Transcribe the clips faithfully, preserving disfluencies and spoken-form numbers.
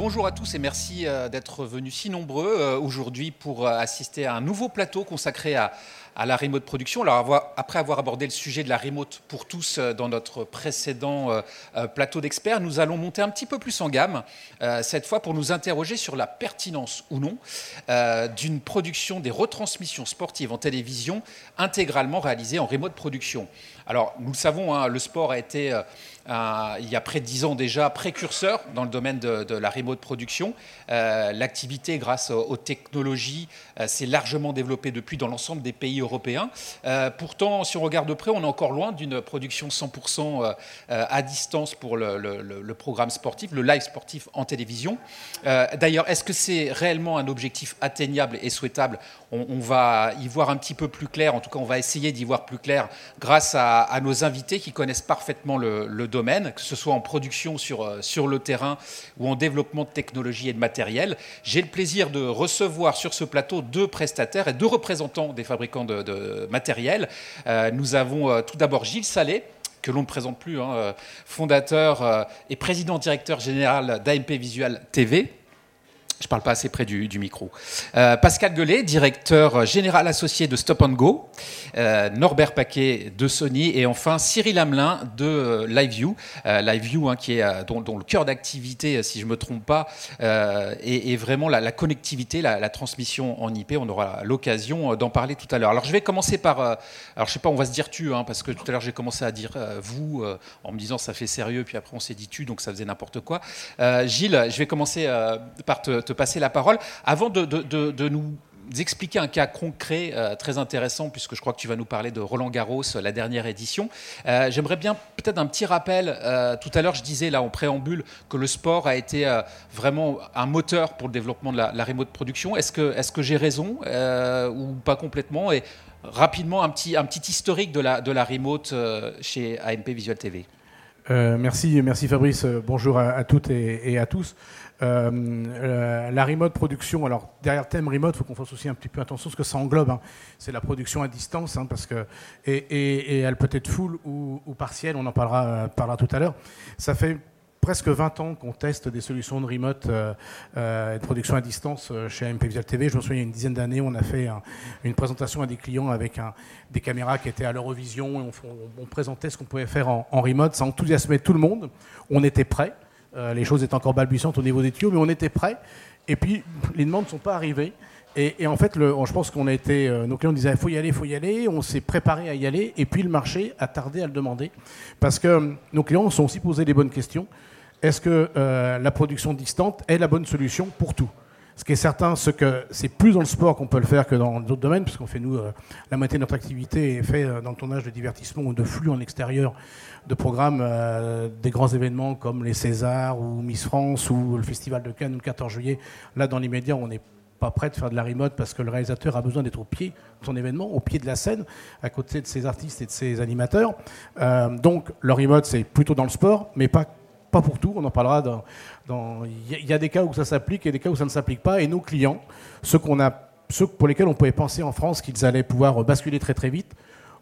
Bonjour à tous et merci euh, d'être venus si nombreux euh, aujourd'hui pour euh, assister à un nouveau plateau consacré à, à la remote production. Alors avoir, après avoir abordé le sujet de la remote pour tous euh, dans notre précédent euh, euh, plateau d'experts, nous allons monter un petit peu plus en gamme, euh, cette fois pour nous interroger sur la pertinence ou non euh, d'une production des retransmissions sportives en télévision intégralement réalisées en remote production. Alors nous le savons, hein, le sport a été... Euh, Euh, il y a près de dix ans déjà, précurseur dans le domaine de, de la remote production. Euh, l'activité, grâce aux, aux technologies, euh, s'est largement développée depuis dans l'ensemble des pays européens. Euh, pourtant, si on regarde de près, on est encore loin d'une production cent pour cent euh, à distance pour le, le, le programme sportif, le live sportif en télévision. Euh, d'ailleurs, est-ce que c'est réellement un objectif atteignable et souhaitable ? on, on va y voir un petit peu plus clair, en tout cas on va essayer d'y voir plus clair grâce à, à nos invités qui connaissent parfaitement le, le domaine, que ce soit en production sur, sur le terrain ou en développement de technologies et de matériel. J'ai le plaisir de recevoir sur ce plateau deux prestataires et deux représentants des fabricants de, de matériel. Euh, nous avons euh, tout d'abord Gilles Sallet, que l'on ne présente plus, hein, fondateur euh, et président-directeur général d'A M P Visual T V. Je ne parle pas assez près du, du micro. Euh, Pascal Gueulet, directeur général associé de Stop and Go. Euh, Norbert Paquet de Sony. Et enfin Cyril Hamelin de euh, LiveView. Euh, LiveView, hein, qui est, euh, dont, dont le cœur d'activité, si je ne me trompe pas, euh, est, est vraiment la, la connectivité, la, la transmission en I P. On aura l'occasion d'en parler tout à l'heure. Alors je vais commencer par... Euh, alors je ne sais pas, on va se dire tu, hein, parce que tout à l'heure j'ai commencé à dire euh, vous, euh, en me disant ça fait sérieux, puis après on s'est dit tu, donc ça faisait n'importe quoi. Euh, Gilles, je vais commencer euh, par te, te passer la parole. Avant de, de, de, de nous expliquer un cas concret euh, très intéressant, puisque je crois que tu vas nous parler de Roland Garros, la dernière édition, euh, j'aimerais bien peut-être un petit rappel. Euh, tout à l'heure, je disais là en préambule que le sport a été euh, vraiment un moteur pour le développement de la, la remote production. Est-ce que, est-ce que j'ai raison euh, ou pas complètement? Et rapidement, un petit, un petit historique de la, de la remote euh, chez A M P Visual T V. Euh, merci, merci Fabrice. Bonjour à, à toutes et, et à tous. Euh, euh, la remote production, alors derrière le thème remote, il faut qu'on fasse aussi un petit peu attention à ce que ça englobe. Hein. C'est la production à distance, hein, parce que, et, et, et elle peut être full ou, ou partielle, on en parlera, parlera tout à l'heure. Ça fait presque vingt ans qu'on teste des solutions de remote euh, euh, et de production à distance chez A M P Visual T V. Je me souviens, il y a une dizaine d'années, on a fait un, une présentation à des clients avec un, des caméras qui étaient à l'Eurovision et on, on, on présentait ce qu'on pouvait faire en, en remote. Ça enthousiasmait tout le monde. On était prêts. Euh, les choses étaient encore balbutiantes au niveau des tuyaux, mais on était prêts. Et puis, les demandes ne sont pas arrivées. Et, et en fait, le, je pense qu'on a été... Euh, nos clients disaient « il faut y aller, il faut y aller ». On s'est préparé à y aller. Et puis, le marché a tardé à le demander. Parce que euh, nos clients se sont aussi posé les bonnes questions. Est-ce que euh, la production distante est la bonne solution pour tout ? Ce qui est certain, c'est que c'est plus dans le sport qu'on peut le faire que dans d'autres domaines, puisqu'on fait, nous, euh, la moitié de notre activité est faite euh, dans le tournage de divertissement ou de flux en extérieur de programmes, euh, des grands événements comme les Césars ou Miss France ou le Festival de Cannes le quatorze juillet. Là, dans l'immédiat, on n'est pas prêt de faire de la remote parce que le réalisateur a besoin d'être au pied de son événement, au pied de la scène, à côté de ses artistes et de ses animateurs. Euh, donc, le remote, c'est plutôt dans le sport, mais pas Pas pour tout, on en parlera. Dans, dans, il y a des cas où ça s'applique et des cas où ça ne s'applique pas. Et nos clients, ceux, qu'on a, ceux pour lesquels on pouvait penser en France qu'ils allaient pouvoir basculer très très vite,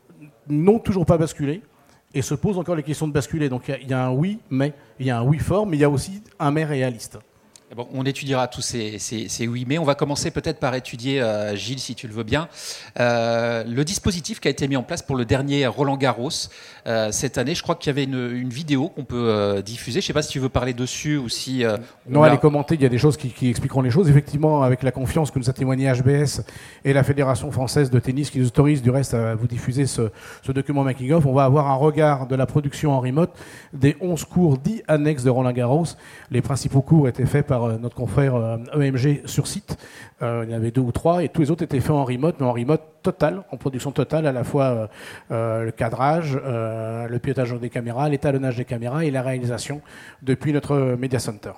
n'ont toujours pas basculé et se posent encore les questions de basculer. Donc il y, y a un oui, mais il y a un oui fort, mais il y a aussi un mais réaliste. Bon, on étudiera tous ces, ces, ces oui, mais on va commencer peut-être par étudier, euh, Gilles, si tu le veux bien, euh, le dispositif qui a été mis en place pour le dernier Roland Garros euh, cette année. Je crois qu'il y avait une, une vidéo qu'on peut euh, diffuser. Je ne sais pas si tu veux parler dessus ou si... Euh, non, allez commenter, il y a des choses qui, qui expliqueront les choses. Effectivement, avec la confiance que nous a témoigné H B S et la Fédération française de tennis qui nous autorise du reste à vous diffuser ce, ce document making-of, on va avoir un regard de la production en remote des onze cours dits annexes de Roland Garros. Les principaux cours étaient faits par notre confrère E M G sur site. Euh, il y en avait deux ou trois et tous les autres étaient faits en remote, mais en remote total, en production totale, à la fois euh, euh, le cadrage, euh, le pilotage des caméras, l'étalonnage des caméras et la réalisation depuis notre Media Center.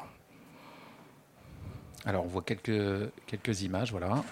Alors on voit quelques, quelques images, voilà.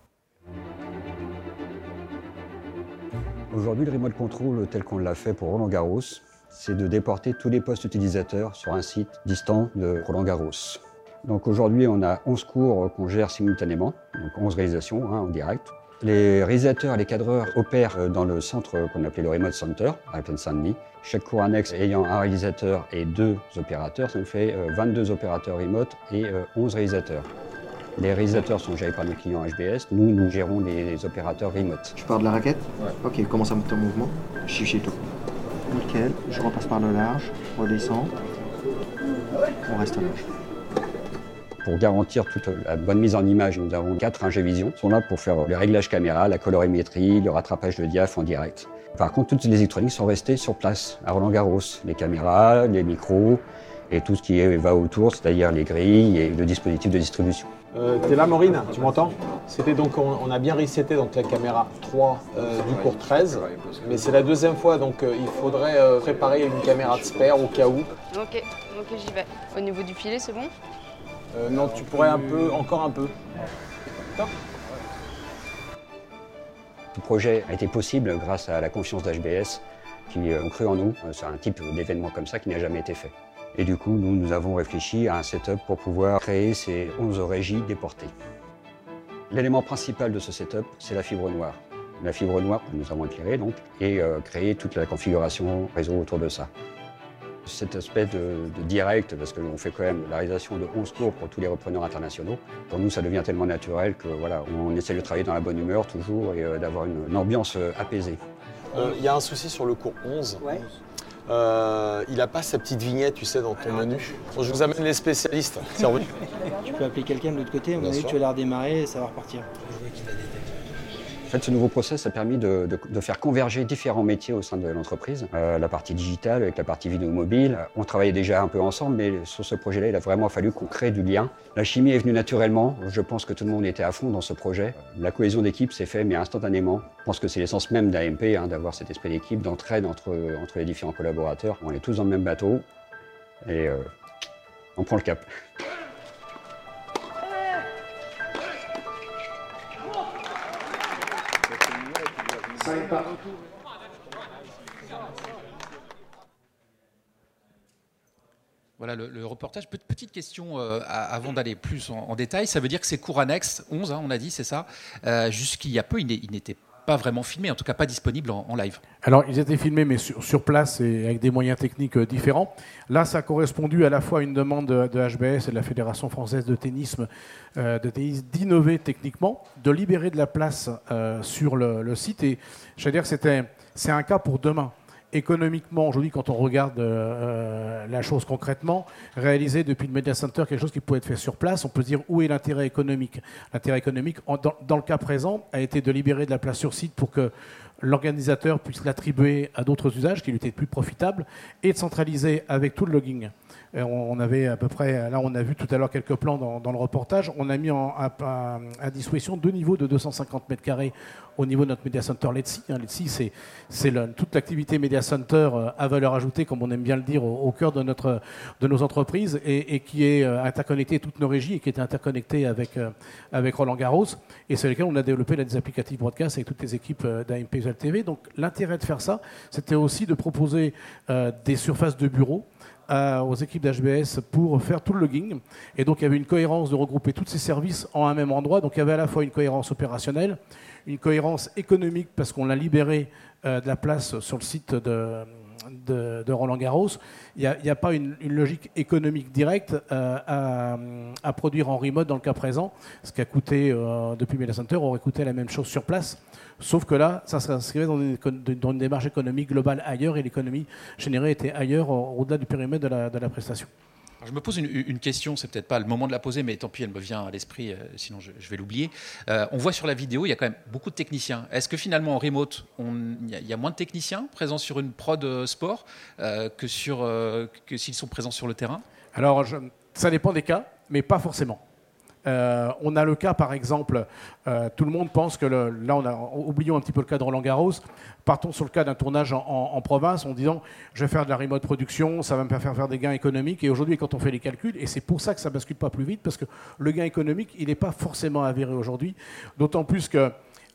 Aujourd'hui, le remote control tel qu'on l'a fait pour Roland Garros, c'est de déporter tous les postes utilisateurs sur un site distant de Roland Garros. Donc aujourd'hui, on a onze cours qu'on gère simultanément, donc onze réalisations hein, en direct. Les réalisateurs et les cadreurs opèrent dans le centre qu'on appelait le Remote Center, à Plaine-Saint-Denis. Chaque cours annexe ayant un réalisateur et deux opérateurs, ça nous fait vingt-deux opérateurs remote et onze réalisateurs. Les réalisateurs sont gérés par nos clients H B S, nous, nous gérons les, les opérateurs remote. Je pars de la raquette? Ouais. Ok, commence à monter en mouvement. Je suis chez toi. Nickel, je repasse par le large, redescends. On reste large. Pour garantir toute la bonne mise en image, nous avons quatre Ingévision qui sont là pour faire le réglage caméra, la colorimétrie, le rattrapage de diaph en direct. Par contre, toutes les électroniques sont restées sur place, à Roland-Garros. Les caméras, les micros et tout ce qui va autour, c'est-à-dire les grilles et le dispositif de distribution. Euh, T'es là, Maureen? Tu m'entends? C'était donc, on, on a bien reseté donc la caméra trois euh, du cours treize, mais c'est la deuxième fois, donc euh, il faudrait euh, préparer une caméra de spare au cas où. Ok, ok, j'y vais. Au niveau du filet, c'est bon? Euh, non, tu pourrais un peu, encore un peu. Top. Ce projet a été possible grâce à la confiance d'H B S qui ont cru en nous. C'est un type d'événement comme ça qui n'a jamais été fait. Et du coup, nous, nous avons réfléchi à un setup pour pouvoir créer ces onze régies déportées. L'élément principal de ce setup, c'est la fibre noire. La fibre noire que nous avons empirée donc, et euh, créer toute la configuration réseau autour de ça. Cet aspect de, de direct, parce qu'on fait quand même la réalisation de onze cours pour tous les repreneurs internationaux, pour nous ça devient tellement naturel que voilà, on essaie de travailler dans la bonne humeur toujours et euh, d'avoir une, une ambiance euh, apaisée. Il euh, y a un souci sur le cours onze. Ouais. Euh, il n'a pas sa petite vignette, tu sais, dans ton menu. Bon, je vous amène les spécialistes. C'est revenu. Tu peux appeler quelqu'un de l'autre côté, à mon avis, tu vas la redémarrer et ça va repartir. En fait, ce nouveau process a permis de, de, de faire converger différents métiers au sein de l'entreprise. Euh, la partie digitale avec la partie vidéo mobile. On travaillait déjà un peu ensemble, mais sur ce projet-là, il a vraiment fallu qu'on crée du lien. La chimie est venue naturellement. Je pense que tout le monde était à fond dans ce projet. La cohésion d'équipe s'est faite, mais instantanément. Je pense que c'est l'essence même d'A M P, hein, d'avoir cet esprit d'équipe, d'entraide entre, entre les différents collaborateurs. On est tous dans le même bateau et euh, on prend le cap. Voilà le, le reportage. Petite question euh, avant d'aller plus en, en détail. Ça veut dire que ces cours annexes, onze, hein, on a dit, c'est ça. Euh, Jusqu'il y a peu, ils n'étaient pas vraiment filmés, en tout cas pas disponibles en, en live. Alors, ils étaient filmés, mais sur, sur place et avec des moyens techniques euh, différents. Là, ça a correspondu à la fois à une demande de, de H B S et de la Fédération française de tennisme, euh, de tennis d'innover techniquement, de libérer de la place euh, sur le, le site. Et je veux dire que c'était, c'est un cas pour demain. Économiquement, aujourd'hui, quand on regarde euh, la chose concrètement, réaliser depuis le Media Center quelque chose qui pouvait être fait sur place, on peut se dire où est l'intérêt économique. L'intérêt économique, en, dans, dans le cas présent, a été de libérer de la place sur site pour que l'organisateur puisse l'attribuer à d'autres usages qui lui étaient plus profitables et de centraliser avec tout le logging. Et on avait à peu près, là on a vu tout à l'heure quelques plans dans, dans le reportage, on a mis en, à, à disposition deux niveaux de deux cent cinquante mètres carrés au niveau de notre Media Center Let's See. Hein, Let's See, c'est, c'est le, toute l'activité Media Center à valeur ajoutée, comme on aime bien le dire, au, au cœur de, notre, de nos entreprises et, et qui est interconnecté toutes nos régies et qui est interconnecté avec, avec Roland Garros et sur lesquels on a développé là, des applicatifs broadcast avec toutes les équipes d'A M P Visual T V. Donc l'intérêt de faire ça, c'était aussi de proposer euh, des surfaces de bureaux aux équipes d'H B S pour faire tout le logging. Et donc, il y avait une cohérence de regrouper tous ces services en un même endroit. Donc, il y avait à la fois une cohérence opérationnelle, une cohérence économique parce qu'on a libéré euh, de la place sur le site de, de, de Roland Garros. Il n'y a, a pas une, une logique économique directe euh, à, à produire en remote dans le cas présent. Ce qui a coûté, euh, depuis Media Center, aurait coûté la même chose sur place. Sauf que là, ça s'inscrivait dans une, dans une démarche économique globale ailleurs et l'économie générée était ailleurs, au-delà du périmètre de la, de la prestation. Alors je me pose une, une question, c'est peut-être pas le moment de la poser, mais tant pis, elle me vient à l'esprit, euh, sinon je, je vais l'oublier. Euh, on voit sur la vidéo, il y a quand même beaucoup de techniciens. Est-ce que finalement en remote, il y, y a moins de techniciens présents sur une prod euh, sport euh, que, sur, euh, que s'ils sont présents sur le terrain? Alors, je, ça dépend des cas, mais pas forcément. Euh, on a le cas, par exemple, euh, tout le monde pense que, le, là, on a, oublions un petit peu le cas de Roland Garros, partons sur le cas d'un tournage en, en, en province en disant je vais faire de la remote production, ça va me faire faire des gains économiques. Et aujourd'hui, quand on fait les calculs, et c'est pour ça que ça ne bascule pas plus vite, parce que le gain économique, il n'est pas forcément avéré aujourd'hui, d'autant plus que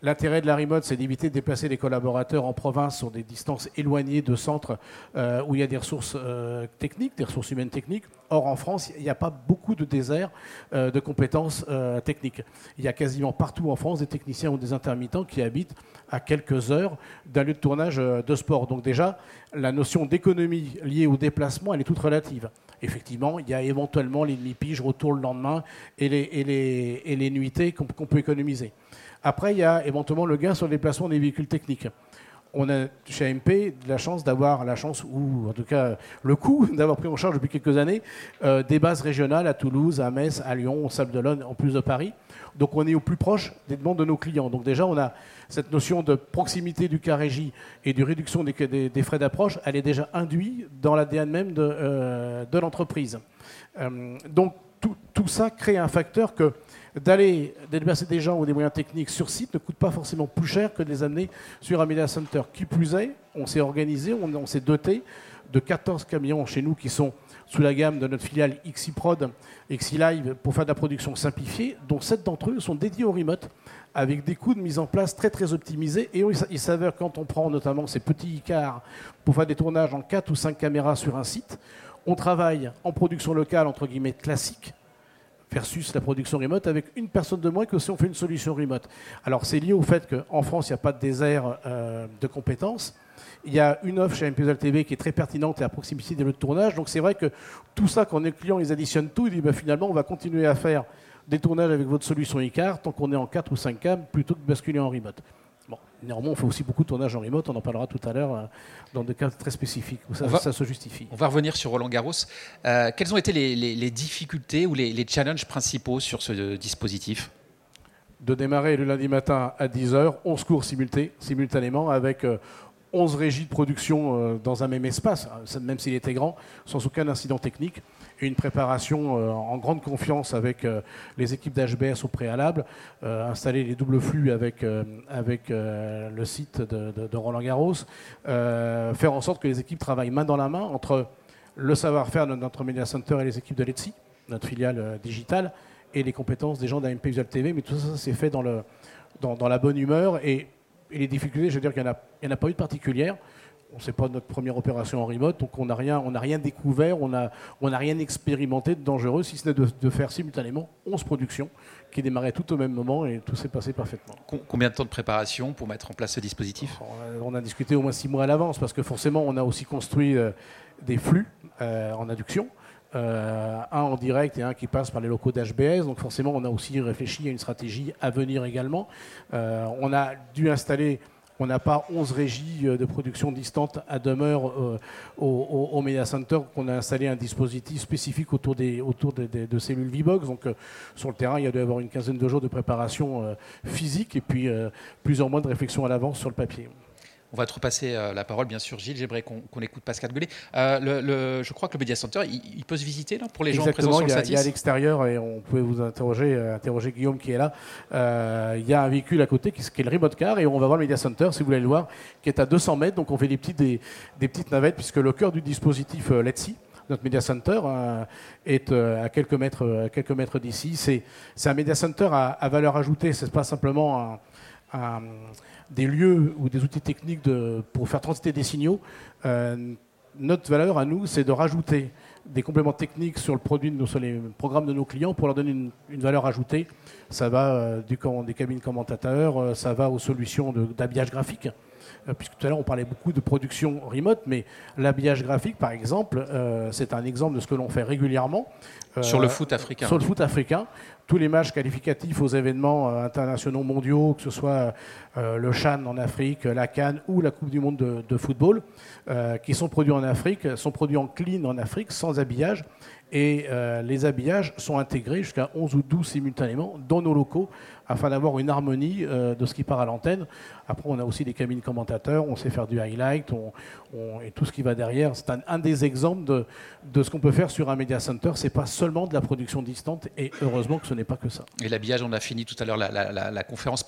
L'intérêt de la remote, c'est d'éviter de déplacer les collaborateurs en province sur des distances éloignées de centres euh, où il y a des ressources euh, techniques, des ressources humaines techniques. Or, en France, il n'y a pas beaucoup de déserts euh, de compétences euh, techniques. Il y a quasiment partout en France des techniciens ou des intermittents qui habitent à quelques heures d'un lieu de tournage euh, de sport. Donc déjà, la notion d'économie liée au déplacement, elle est toute relative. Effectivement, il y a éventuellement les demi-piges, retour le lendemain et les, et les, et les nuitées qu'on, qu'on peut économiser. Après, il y a éventuellement le gain sur le déplacement des véhicules techniques. On a chez A M P la chance d'avoir la chance, ou en tout cas le coût d'avoir pris en charge depuis quelques années euh, des bases régionales à Toulouse, à Metz, à Lyon, au Sables-d'Olonne, en plus de Paris. Donc on est au plus proche des demandes de nos clients. Donc déjà, on a cette notion de proximité du cas régie et de réduction des, des, des frais d'approche, elle est déjà induite dans l'A D N même de, euh, de l'entreprise. Euh, donc tout, tout ça crée un facteur que d'aller déplacer des gens ou des moyens techniques sur site ne coûte pas forcément plus cher que de les amener sur un Media Center. Qui plus est, on s'est organisé, on, on s'est doté de quatorze camions chez nous qui sont sous la gamme de notre filiale X I Prod, X I Live pour faire de la production simplifiée, dont sept d'entre eux sont dédiés au remote avec des coûts de mise en place très très optimisés. Et il s'avère quand on prend notamment ces petits Icars pour faire des tournages en quatre ou cinq caméras sur un site, on travaille en production locale entre guillemets classique versus la production remote avec une personne de moins que si on fait une solution remote. Alors c'est lié au fait qu'en France, il n'y a pas de désert euh, de compétences. Il y a une offre chez A M P T V qui est très pertinente et à proximité des lieux de tournage. Donc c'est vrai que tout ça, quand les clients ils additionnent tout, ils disent bah, finalement on va continuer à faire des tournages avec votre solution Icar tant qu'on est en quatre ou cinq cam plutôt que de basculer en remote. Bon, néanmoins, on fait aussi beaucoup de tournages en remote, on en parlera tout à l'heure euh, dans des cas très spécifiques où ça, va, ça se justifie. On va revenir sur Roland Garros. Euh, quelles ont été les, les, les difficultés ou les, les challenges principaux sur ce dispositif ? De démarrer le lundi matin à dix heures, onze cours simultés, simultanément avec euh, onze régies de production euh, dans un même espace, même s'il était grand, sans aucun incident technique, et une préparation euh, en grande confiance avec euh, les équipes d'H B S au préalable, euh, installer les doubles flux avec, euh, avec euh, le site de, de, de Roland Garros, euh, faire en sorte que les équipes travaillent main dans la main entre le savoir-faire de notre Media Center et les équipes de l'E T S I, notre filiale euh, digitale, et les compétences des gens d'A M P Visual T V, mais tout ça, ça s'est fait dans, le, dans, dans la bonne humeur. Et, et les difficultés, je veux dire qu'il n'y en, en a pas eu de particulières. On sait pas notre première opération en remote, donc on n'a rien, on n'a rien découvert, on n'a on n'a rien expérimenté de dangereux, si ce n'est de, de faire simultanément onze productions qui démarraient tout au même moment et tout s'est passé parfaitement. Combien de temps de préparation pour mettre en place ce dispositif ? On a discuté au moins six mois à l'avance parce que forcément on a aussi construit euh, des flux euh, en induction. Euh, un en direct et un qui passe par les locaux d'H B S. Donc forcément, on a aussi réfléchi à une stratégie à venir également. Euh, on a dû installer, on n'a pas onze régies de production distantes à demeure euh, au, au, au Media Center, qu'on a installé un dispositif spécifique autour des, autour des, des, de cellules V-Box. Donc euh, sur le terrain, il y a dû avoir une quinzaine de jours de préparation euh, physique et puis euh, plusieurs mois de réflexion à l'avance sur le papier. On va te repasser euh, la parole, bien sûr, Gilles. J'aimerais qu'on, qu'on écoute Pascal Goulet. Euh, le, le, je crois que le Media Center, il, il peut se visiter là, pour les Exactement, gens présents sur le Satis. Satis. Il y a à l'extérieur, et on pouvait vous interroger, euh, interroger Guillaume qui est là. Euh, il y a un véhicule à côté qui, qui est le Remote Car, et on va voir le Media Center, si vous voulez le voir, qui est à deux cents mètres. Donc on fait des, petits, des, des petites navettes, puisque le cœur du dispositif euh, L E T S I, notre Media Center, euh, est euh, à quelques mètres, à quelques mètres d'ici. C'est, c'est un Media Center à, à valeur ajoutée. Ce n'est pas simplement un... Un, des lieux ou des outils techniques de, pour faire transiter des signaux. Euh, notre valeur à nous, c'est de rajouter des compléments techniques sur le produit de nos, sur les programmes de nos clients pour leur donner une, une valeur ajoutée. Ça va euh, du, des cabines commentateurs, euh, ça va aux solutions de, d'habillage graphique. Euh, puisque tout à l'heure on parlait beaucoup de production remote, mais l'habillage graphique, par exemple, euh, c'est un exemple de ce que l'on fait régulièrement. Euh, sur le foot africain. Sur le foot africain. Tous les matchs qualificatifs aux événements euh, internationaux mondiaux, que ce soit euh, le Chan en Afrique, la CAN ou la Coupe du Monde de, de football, euh, qui sont produits en Afrique, sont produits en clean en Afrique, sans habillage. Et euh, les habillages sont intégrés jusqu'à onze ou douze simultanément dans nos locaux afin d'avoir une harmonie euh, de ce qui part à l'antenne. Après, on a aussi des cabines commentateurs, on sait faire du highlight on, on, et tout ce qui va derrière. C'est un, un des exemples de, de ce qu'on peut faire sur un Media Center. Ce n'est pas seulement de la production distante et heureusement que ce n'est pas que ça. Et l'habillage, on a fini tout à l'heure la, la, la, la conférence par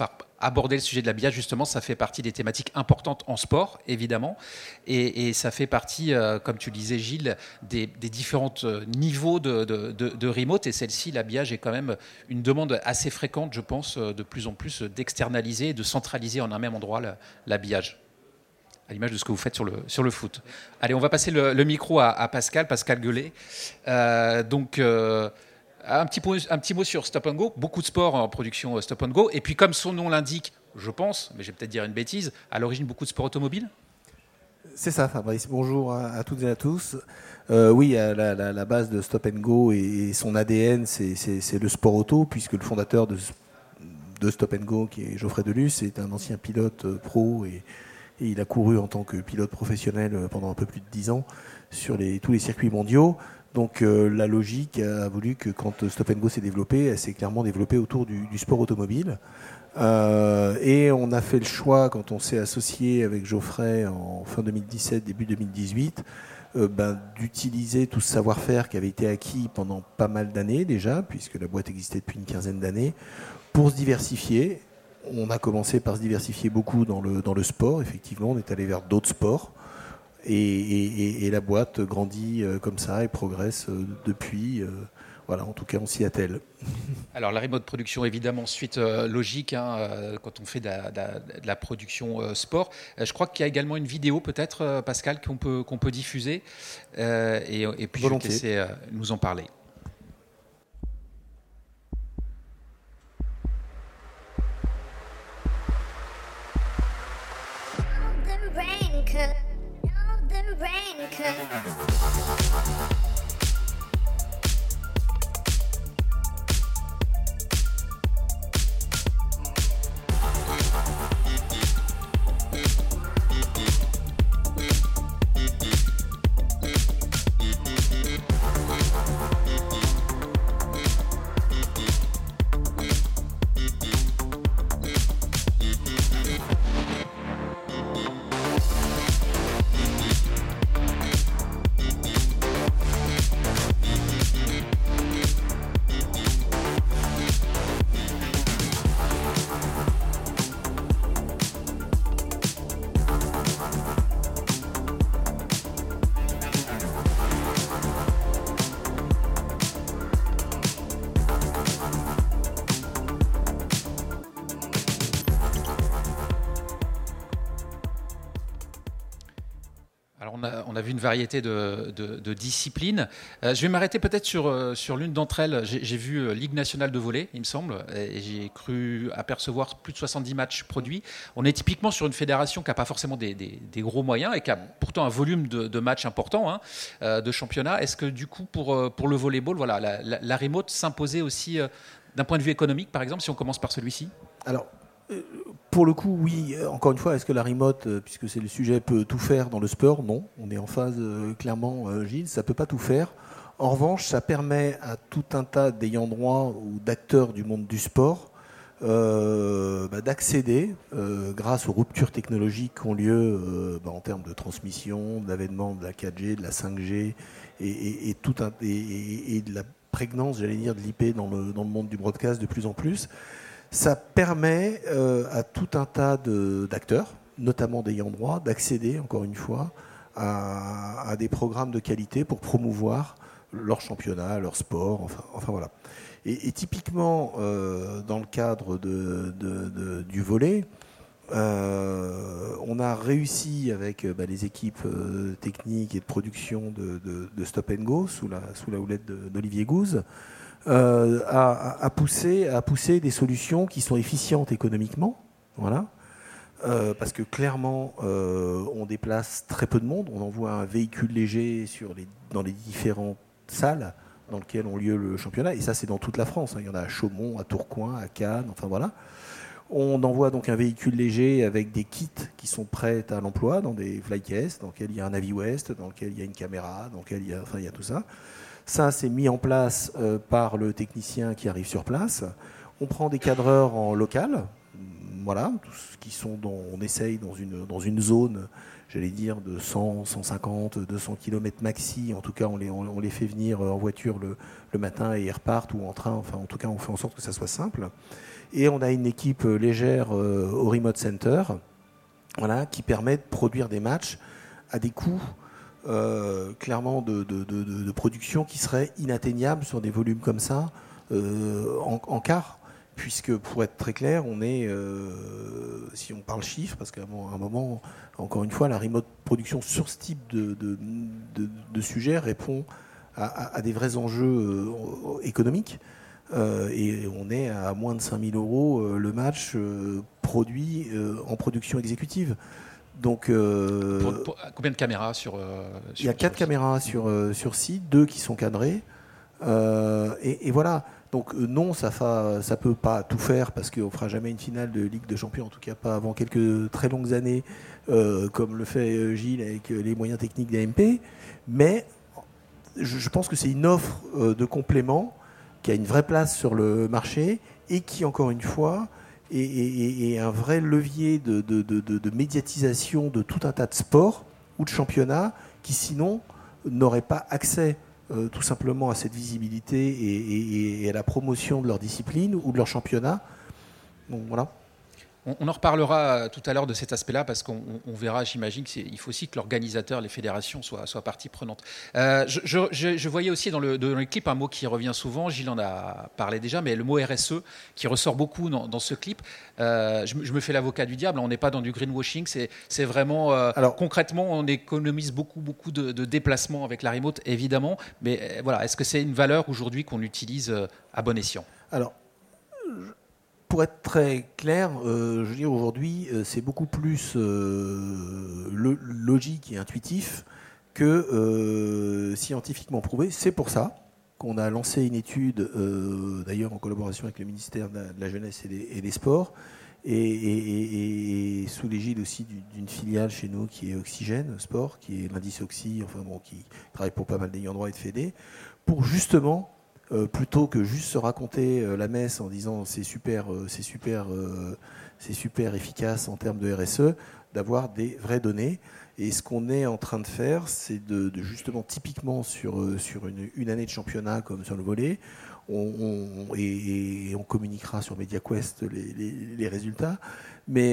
aborder le sujet de l'habillage, justement, ça fait partie des thématiques importantes en sport, évidemment, et, et ça fait partie, euh, comme tu le disais Gilles, des, des différents niveaux de, de, de, de remote, et celle-ci, l'habillage est quand même une demande assez fréquente, je pense, de plus en plus d'externaliser et de centraliser en un même endroit l'habillage, à l'image de ce que vous faites sur le, sur le foot. Allez, on va passer le, le micro à, à Pascal, Pascal Gueulet. Euh, donc... Euh, Un petit, mot, un petit mot sur Stop and Go. Beaucoup de sports en production Stop and Go. Et puis, comme son nom l'indique, je pense, mais je vais peut-être dire une bêtise, à l'origine, beaucoup de sports automobiles. C'est ça, Fabrice. Bonjour à, à toutes et à tous. Euh, oui, la, la, la base de Stop and Go et, et son A D N, c'est, c'est, c'est le sport auto, puisque le fondateur de, de Stop and Go, qui est Geoffrey Delus, est un ancien pilote pro et, et il a couru en tant que pilote professionnel pendant un peu plus de dix ans sur les, tous les circuits mondiaux. Donc euh, la logique a voulu que quand Stop and Go s'est développé, elle s'est clairement développée autour du, du sport automobile. Euh, et on a fait le choix, quand on s'est associé avec Geoffrey en fin deux mille dix-sept, début deux mille dix-huit, euh, ben, d'utiliser tout ce savoir-faire qui avait été acquis pendant pas mal d'années déjà, puisque la boîte existait depuis une quinzaine d'années, pour se diversifier. On a commencé par se diversifier beaucoup dans le, dans le sport, effectivement, on est allé vers d'autres sports. Et, et, et la boîte grandit euh, comme ça et progresse euh, depuis. Euh, voilà, en tout cas, on s'y attelle. Alors, la remote production, évidemment, suite euh, logique hein, euh, quand on fait de la, de la, de la production euh, sport. Euh, je crois qu'il y a également une vidéo, peut-être, euh, Pascal, qu'on peut, qu'on peut diffuser. Euh, et, et puis, Volontiers. Je vais te laisser euh, nous en parler. Alors on a, on a vu une variété de, de, de disciplines. Euh, je vais m'arrêter peut-être sur, euh, sur l'une d'entre elles. J'ai, j'ai vu euh, Ligue nationale de volley, il me semble, et j'ai cru apercevoir plus de soixante-dix matchs produits. On est typiquement sur une fédération qui n'a pas forcément des, des, des gros moyens et qui a pourtant un volume de, de matchs important, hein, euh, de championnat. Est-ce que du coup, pour, pour le volleyball, voilà, la, la, la remote s'imposait aussi euh, d'un point de vue économique, par exemple, si on commence par celui-ci ? Alors, pour le coup, oui. Encore une fois, est-ce que la remote, puisque c'est le sujet, peut tout faire dans le sport ? Non. On est en phase, euh, clairement, euh, Gilles, ça ne peut pas tout faire. En revanche, ça permet à tout un tas d'ayants droit ou d'acteurs du monde du sport euh, bah, d'accéder, euh, grâce aux ruptures technologiques qui ont lieu euh, bah, en termes de transmission, d'avènement de la quatre G, de la cinq G et, et, et, tout un, et, et de la prégnance, j'allais dire, de l'I P dans le, dans le monde du broadcast de plus en plus. Ça permet euh, à tout un tas de, d'acteurs, notamment d'ayants droit, d'accéder, encore une fois, à, à des programmes de qualité pour promouvoir leur championnat, leur sport, enfin, enfin voilà. Et, et typiquement, euh, dans le cadre de, de, de, du volley, euh, on a réussi avec bah, les équipes euh, techniques et de production de, de, de Stop and Go, sous la, sous la houlette de, d'Olivier Gouze, Euh, à, à, pousser, à pousser des solutions qui sont efficientes économiquement, voilà, euh, parce que clairement, euh, on déplace très peu de monde, on envoie un véhicule léger sur les, dans les différentes salles dans lesquelles ont lieu le championnat, et ça c'est dans toute la France, hein. Il y en a à Chaumont, à Tourcoing, à Cannes, enfin voilà. On envoie donc un véhicule léger avec des kits qui sont prêts à l'emploi, dans des flycases, dans lesquels il y a un AviWest, dans lequel il y a une caméra, dans lequel il y a, enfin, il y a tout ça. Ça, c'est mis en place euh, par le technicien qui arrive sur place. On prend des cadreurs en local, voilà, tous qui sont dans, on essaye dans une, dans une zone, j'allais dire, de cent, cent cinquante, deux cents kilomètres maxi. En tout cas, on les, on, on les fait venir en voiture le, le matin et ils repartent, ou en train. Enfin, en tout cas, on fait en sorte que ça soit simple. Et on a une équipe légère euh, au Remote Center, voilà, qui permet de produire des matchs à des coûts euh, clairement de, de, de, de production qui seraient inatteignables sur des volumes comme ça euh, en, en quart. Puisque, pour être très clair, on est, euh, si on parle chiffres, parce qu'à un moment, encore une fois, la remote production sur ce type de, de, de, de sujet répond à, à, à des vrais enjeux euh, économiques. Euh, et on est à moins de cinq mille euros euh, le match euh, produit euh, en production exécutive. Donc, euh, pour, pour, combien de caméras sur, euh, sur il y a quatre caméras sur, euh, sur site, deux qui sont cadrées. Euh, et, et voilà. Donc euh, non, ça ne ça peut pas tout faire parce qu'on ne fera jamais une finale de Ligue des Champions, en tout cas pas avant quelques très longues années, euh, comme le fait Gilles avec les moyens techniques d'A M P. Mais je, je pense que c'est une offre euh, de complément qui a une vraie place sur le marché et qui, encore une fois, est, est, est un vrai levier de, de, de, de médiatisation de tout un tas de sports ou de championnats qui, sinon, n'auraient pas accès euh, tout simplement à cette visibilité et, et, et à la promotion de leur discipline ou de leur championnat. Donc, voilà. On en reparlera tout à l'heure de cet aspect-là parce qu'on on verra, j'imagine, qu'il faut aussi que l'organisateur, les fédérations soient, soient partie prenante. Euh, je, je, je voyais aussi dans le, dans le clip un mot qui revient souvent, Gilles en a parlé déjà, mais le mot R S E qui ressort beaucoup dans, dans ce clip. Euh, je, je me fais l'avocat du diable, on n'est pas dans du greenwashing, c'est, c'est vraiment euh, Alors, concrètement, on économise beaucoup, beaucoup de, de déplacements avec la remote, évidemment, mais euh, voilà, est-ce que c'est une valeur aujourd'hui qu'on utilise euh, à bon escient ? Alors, pour être très clair, euh, je veux dire aujourd'hui, euh, c'est beaucoup plus euh, le, logique et intuitif que euh, scientifiquement prouvé. C'est pour ça qu'on a lancé une étude, euh, d'ailleurs en collaboration avec le ministère de la, de la Jeunesse et des, et des Sports, et, et, et, et sous l'égide aussi d'une filiale chez nous qui est Oxygène Sport, qui est l'indice Oxy, enfin bon, qui travaille pour pas mal d'ayants droit et de fédés, pour justement Euh, plutôt que juste se raconter euh, la messe en disant c'est super, euh, c'est super, euh, c'est super efficace en termes de R S E, d'avoir des vraies données. Et ce qu'on est en train de faire, c'est de, de justement typiquement sur, euh, sur une, une année de championnat comme sur le volley, on, on, et, et on communiquera sur MediaQuest les, les, les résultats, mais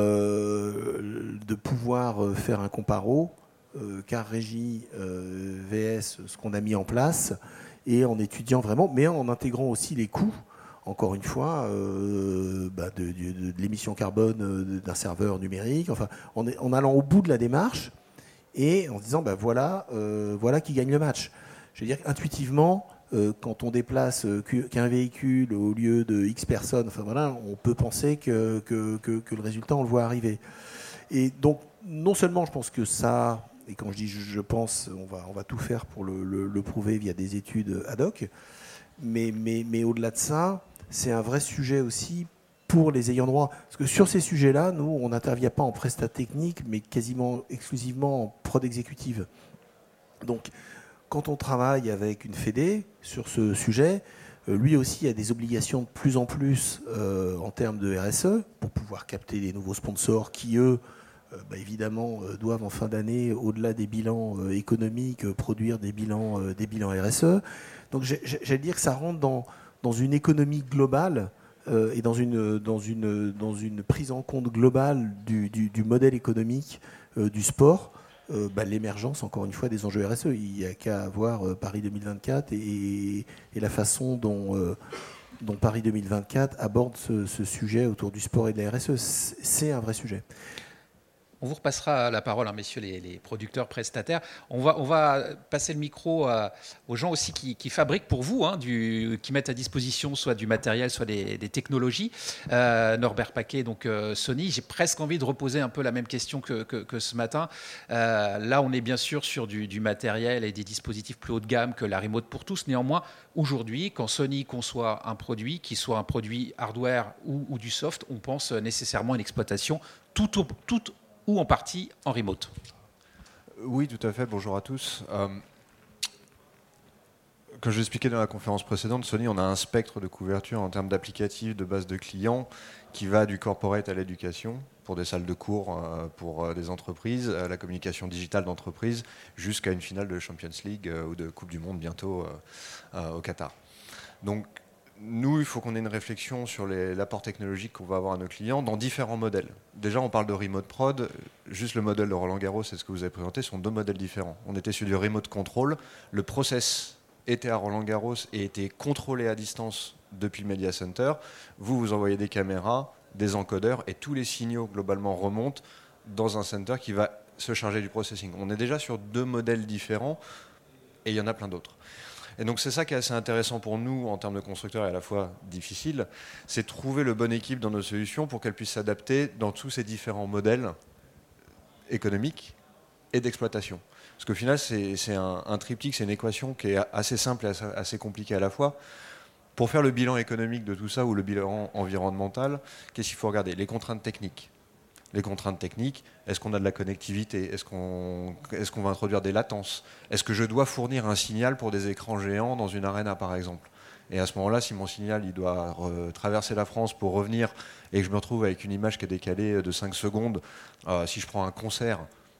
euh, de pouvoir faire un comparo, euh, car régie euh, V S, ce qu'on a mis en place, et en étudiant vraiment, mais en intégrant aussi les coûts, encore une fois, euh, bah de, de, de l'émission carbone d'un serveur numérique, enfin, en, en allant au bout de la démarche et en se disant, bah voilà, euh, voilà qui gagne le match. Je veux dire intuitivement, euh, quand on déplace qu'un véhicule au lieu de X personnes, enfin voilà, on peut penser que, que, que, que le résultat, on le voit arriver. Et donc, non seulement je pense que ça... Et quand je dis je pense, on va, on va tout faire pour le, le, le prouver via des études ad hoc. Mais, mais, mais au-delà de ça, c'est un vrai sujet aussi pour les ayants droit. Parce que sur ces sujets-là, nous, on n'intervient pas en prestat technique, mais quasiment exclusivement en prod exécutive. Donc, quand on travaille avec une fédé sur ce sujet, lui aussi a des obligations de plus en plus euh, en termes de R S E pour pouvoir capter les nouveaux sponsors qui, eux, Bah évidemment, euh, doivent en fin d'année, au-delà des bilans euh, économiques, euh, produire des bilans, euh, des bilans R S E. Donc j'allais dire que ça rentre dans, dans une économie globale euh, et dans une, dans, une, dans une prise en compte globale du, du, du modèle économique euh, du sport, euh, bah, l'émergence, encore une fois, des enjeux R S E. Il n'y a qu'à voir euh, Paris deux mille vingt-quatre et, et la façon dont... Euh, dont Paris deux mille vingt-quatre aborde ce, ce sujet autour du sport et de la R S E. C'est un vrai sujet. On vous repassera la parole, hein, messieurs les, les producteurs prestataires. On va, on va passer le micro à, aux gens aussi qui, qui fabriquent pour vous, hein, du, qui mettent à disposition soit du matériel, soit des, des technologies. Euh, Norbert Paquet, donc euh, Sony. J'ai presque envie de reposer un peu la même question que, que, que ce matin. Euh, là, on est bien sûr sur du, du matériel et des dispositifs plus haut de gamme que la remote pour tous. Néanmoins, aujourd'hui, quand Sony conçoit un produit, qu'il soit un produit hardware ou, ou du soft, on pense nécessairement à une exploitation tout au, tout ou en partie en remote. Oui, tout à fait. Bonjour à tous. Euh, comme je l'expliquais dans la conférence précédente, Sony, on a un spectre de couverture en termes d'applicatifs, de base de clients, qui va du corporate à l'éducation, pour des salles de cours, euh, pour euh, des entreprises, à la communication digitale d'entreprise, jusqu'à une finale de Champions League euh, ou de Coupe du Monde bientôt euh, euh, au Qatar. Donc, nous, il faut qu'on ait une réflexion sur les, l'apport technologique qu'on va avoir à nos clients dans différents modèles. Déjà, on parle de remote prod. Juste le modèle de Roland Garros, c'est ce que vous avez présenté, sont deux modèles différents. On était sur du remote control. Le process était à Roland Garros et était contrôlé à distance depuis le Media Center. Vous, vous envoyez des caméras, des encodeurs, et tous les signaux, globalement, remontent dans un center qui va se charger du processing. On est déjà sur deux modèles différents, et il y en a plein d'autres. Et donc c'est ça qui est assez intéressant pour nous en termes de constructeurs et à la fois difficile, c'est trouver le bon équipe dans nos solutions pour qu'elles puissent s'adapter dans tous ces différents modèles économiques et d'exploitation. Parce qu'au final, c'est, c'est un, un triptyque, c'est une équation qui est assez simple et assez, assez compliquée à la fois. Pour faire le bilan économique de tout ça ou le bilan environnemental, qu'est-ce qu'il faut regarder ? Les contraintes techniques. Les contraintes techniques, est-ce qu'on a de la connectivité ? Est-ce qu'on, est-ce qu'on va introduire des latences ? Est-ce que je dois fournir un signal pour des écrans géants dans une arena, par exemple ? Et à ce moment-là, si mon signal il doit re- traverser la France pour revenir et que je me retrouve avec une image qui est décalée de cinq secondes, euh, si je prends un concert,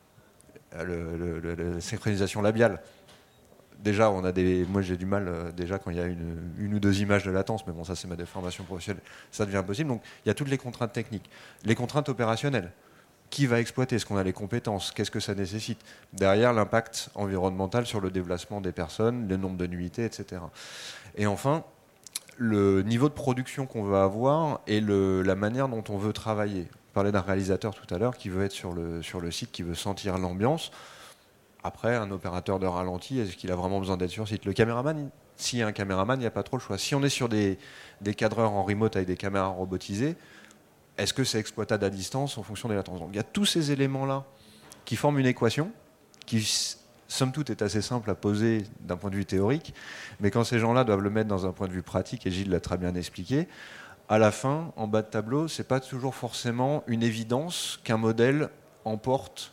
le, le, le, la synchronisation labiale, déjà, on a des, moi j'ai du mal euh, déjà quand il y a une, une ou deux images de latence, mais bon, ça c'est ma déformation professionnelle, ça devient impossible. Donc il y a toutes les contraintes techniques. Les contraintes opérationnelles. Qui va exploiter ? Est-ce qu'on a les compétences ? Qu'est-ce que ça nécessite ? Derrière, l'impact environnemental sur le déplacement des personnes, le nombre de nuitées, et cetera. Et enfin, le niveau de production qu'on veut avoir et le, la manière dont on veut travailler. Je parlais d'un réalisateur tout à l'heure qui veut être sur le, sur le site, qui veut sentir l'ambiance. Après, un opérateur de ralenti, est-ce qu'il a vraiment besoin d'être sur site ? Le caméraman, s'il y a un caméraman, il n'y a pas trop le choix. Si on est sur des, des cadreurs en remote avec des caméras robotisées, est-ce que c'est exploitable à distance en fonction des latences ? Donc il y a tous ces éléments-là qui forment une équation qui, somme toute, est assez simple à poser d'un point de vue théorique, mais quand ces gens-là doivent le mettre dans un point de vue pratique, et Gilles l'a très bien expliqué, à la fin, en bas de tableau, ce n'est pas toujours forcément une évidence qu'un modèle emporte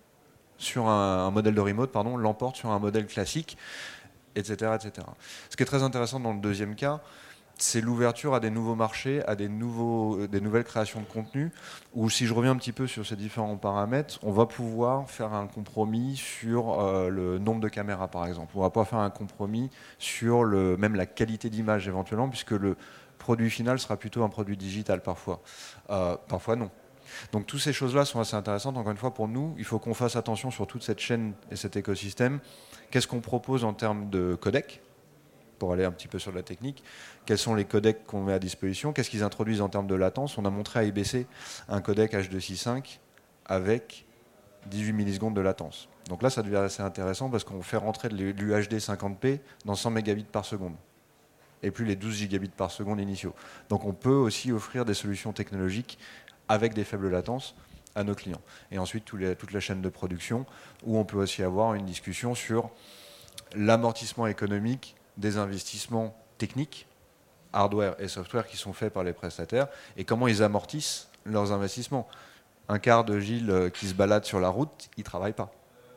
sur un, un modèle de remote, pardon, l'emporte sur un modèle classique, et cetera, et cetera. Ce qui est très intéressant dans le deuxième cas, c'est l'ouverture à des nouveaux marchés, à des, nouveaux, des nouvelles créations de contenu, où si je reviens un petit peu sur ces différents paramètres, on va pouvoir faire un compromis sur euh, le nombre de caméras, par exemple. On va pouvoir faire un compromis sur le, même la qualité d'image éventuellement, puisque le produit final sera plutôt un produit digital parfois. Euh, parfois non. Donc toutes ces choses-là sont assez intéressantes. Encore une fois, pour nous, il faut qu'on fasse attention sur toute cette chaîne et cet écosystème. Qu'est-ce qu'on propose en termes de codec ? Pour aller un petit peu sur la technique, quels sont les codecs qu'on met à disposition, qu'est-ce qu'ils introduisent en termes de latence. On a montré à I B C un codec H deux six cinq avec dix-huit millisecondes de latence. Donc là, ça devient assez intéressant parce qu'on fait rentrer de l'U H D cinquante p dans cent mégabits par seconde et plus les douze gigabits par seconde initiaux. Donc on peut aussi offrir des solutions technologiques avec des faibles latences à nos clients. Et ensuite, tous les, toute la chaîne de production où on peut aussi avoir une discussion sur l'amortissement économique des investissements techniques, hardware et software qui sont faits par les prestataires et comment ils amortissent leurs investissements. Un quart de Gilles qui se balade sur la route, il ne travaille pas.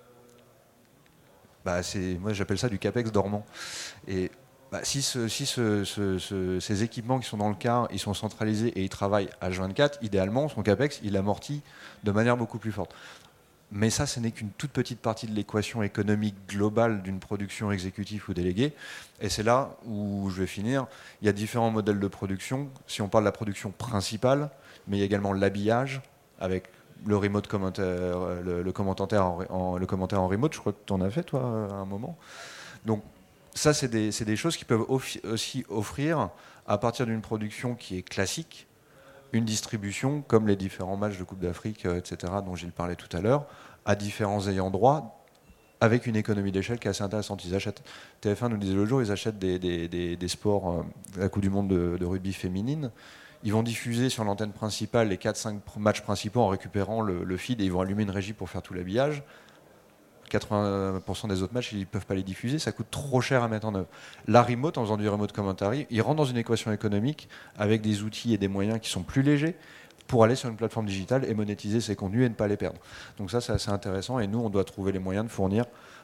Bah, c'est, moi j'appelle ça du capex dormant. Et bah, si, ce, si ce, ce, ce, ces équipements qui sont dans le car, ils sont centralisés et ils travaillent H vingt-quatre, idéalement son capex il amortit de manière beaucoup plus forte. Mais ça, ce n'est qu'une toute petite partie de l'équation économique globale d'une production exécutive ou déléguée. Et c'est là où je vais finir. Il y a différents modèles de production. Si on parle de la production principale, mais il y a également l'habillage avec le remote commentaire, le, le, commentaire en, en, le commentaire en remote. Je crois que tu en as fait, toi, à un moment. Donc ça, c'est des, c'est des choses qui peuvent aussi offrir, à partir d'une production qui est classique, une distribution, comme les différents matchs de Coupe d'Afrique, et cetera, dont Gilles parlait tout à l'heure, à différents ayants droit, avec une économie d'échelle qui est assez intéressante. Ils achètent, T F un nous disait l'autre jour, ils achètent des, des, des, des sports, euh, la Coupe du Monde de, de rugby féminine, ils vont diffuser sur l'antenne principale les quatre cinq matchs principaux en récupérant le, le feed, et ils vont allumer une régie pour faire tout l'habillage. quatre-vingts pour cent des autres matchs, ils ne peuvent pas les diffuser, ça coûte trop cher à mettre en œuvre. La remote, en faisant du remote commentary, il rentre dans une équation économique avec des outils et des moyens qui sont plus légers pour aller sur une plateforme digitale et monétiser ses contenus et ne pas les perdre. Donc ça, c'est assez intéressant et nous, on doit trouver les moyens de fournir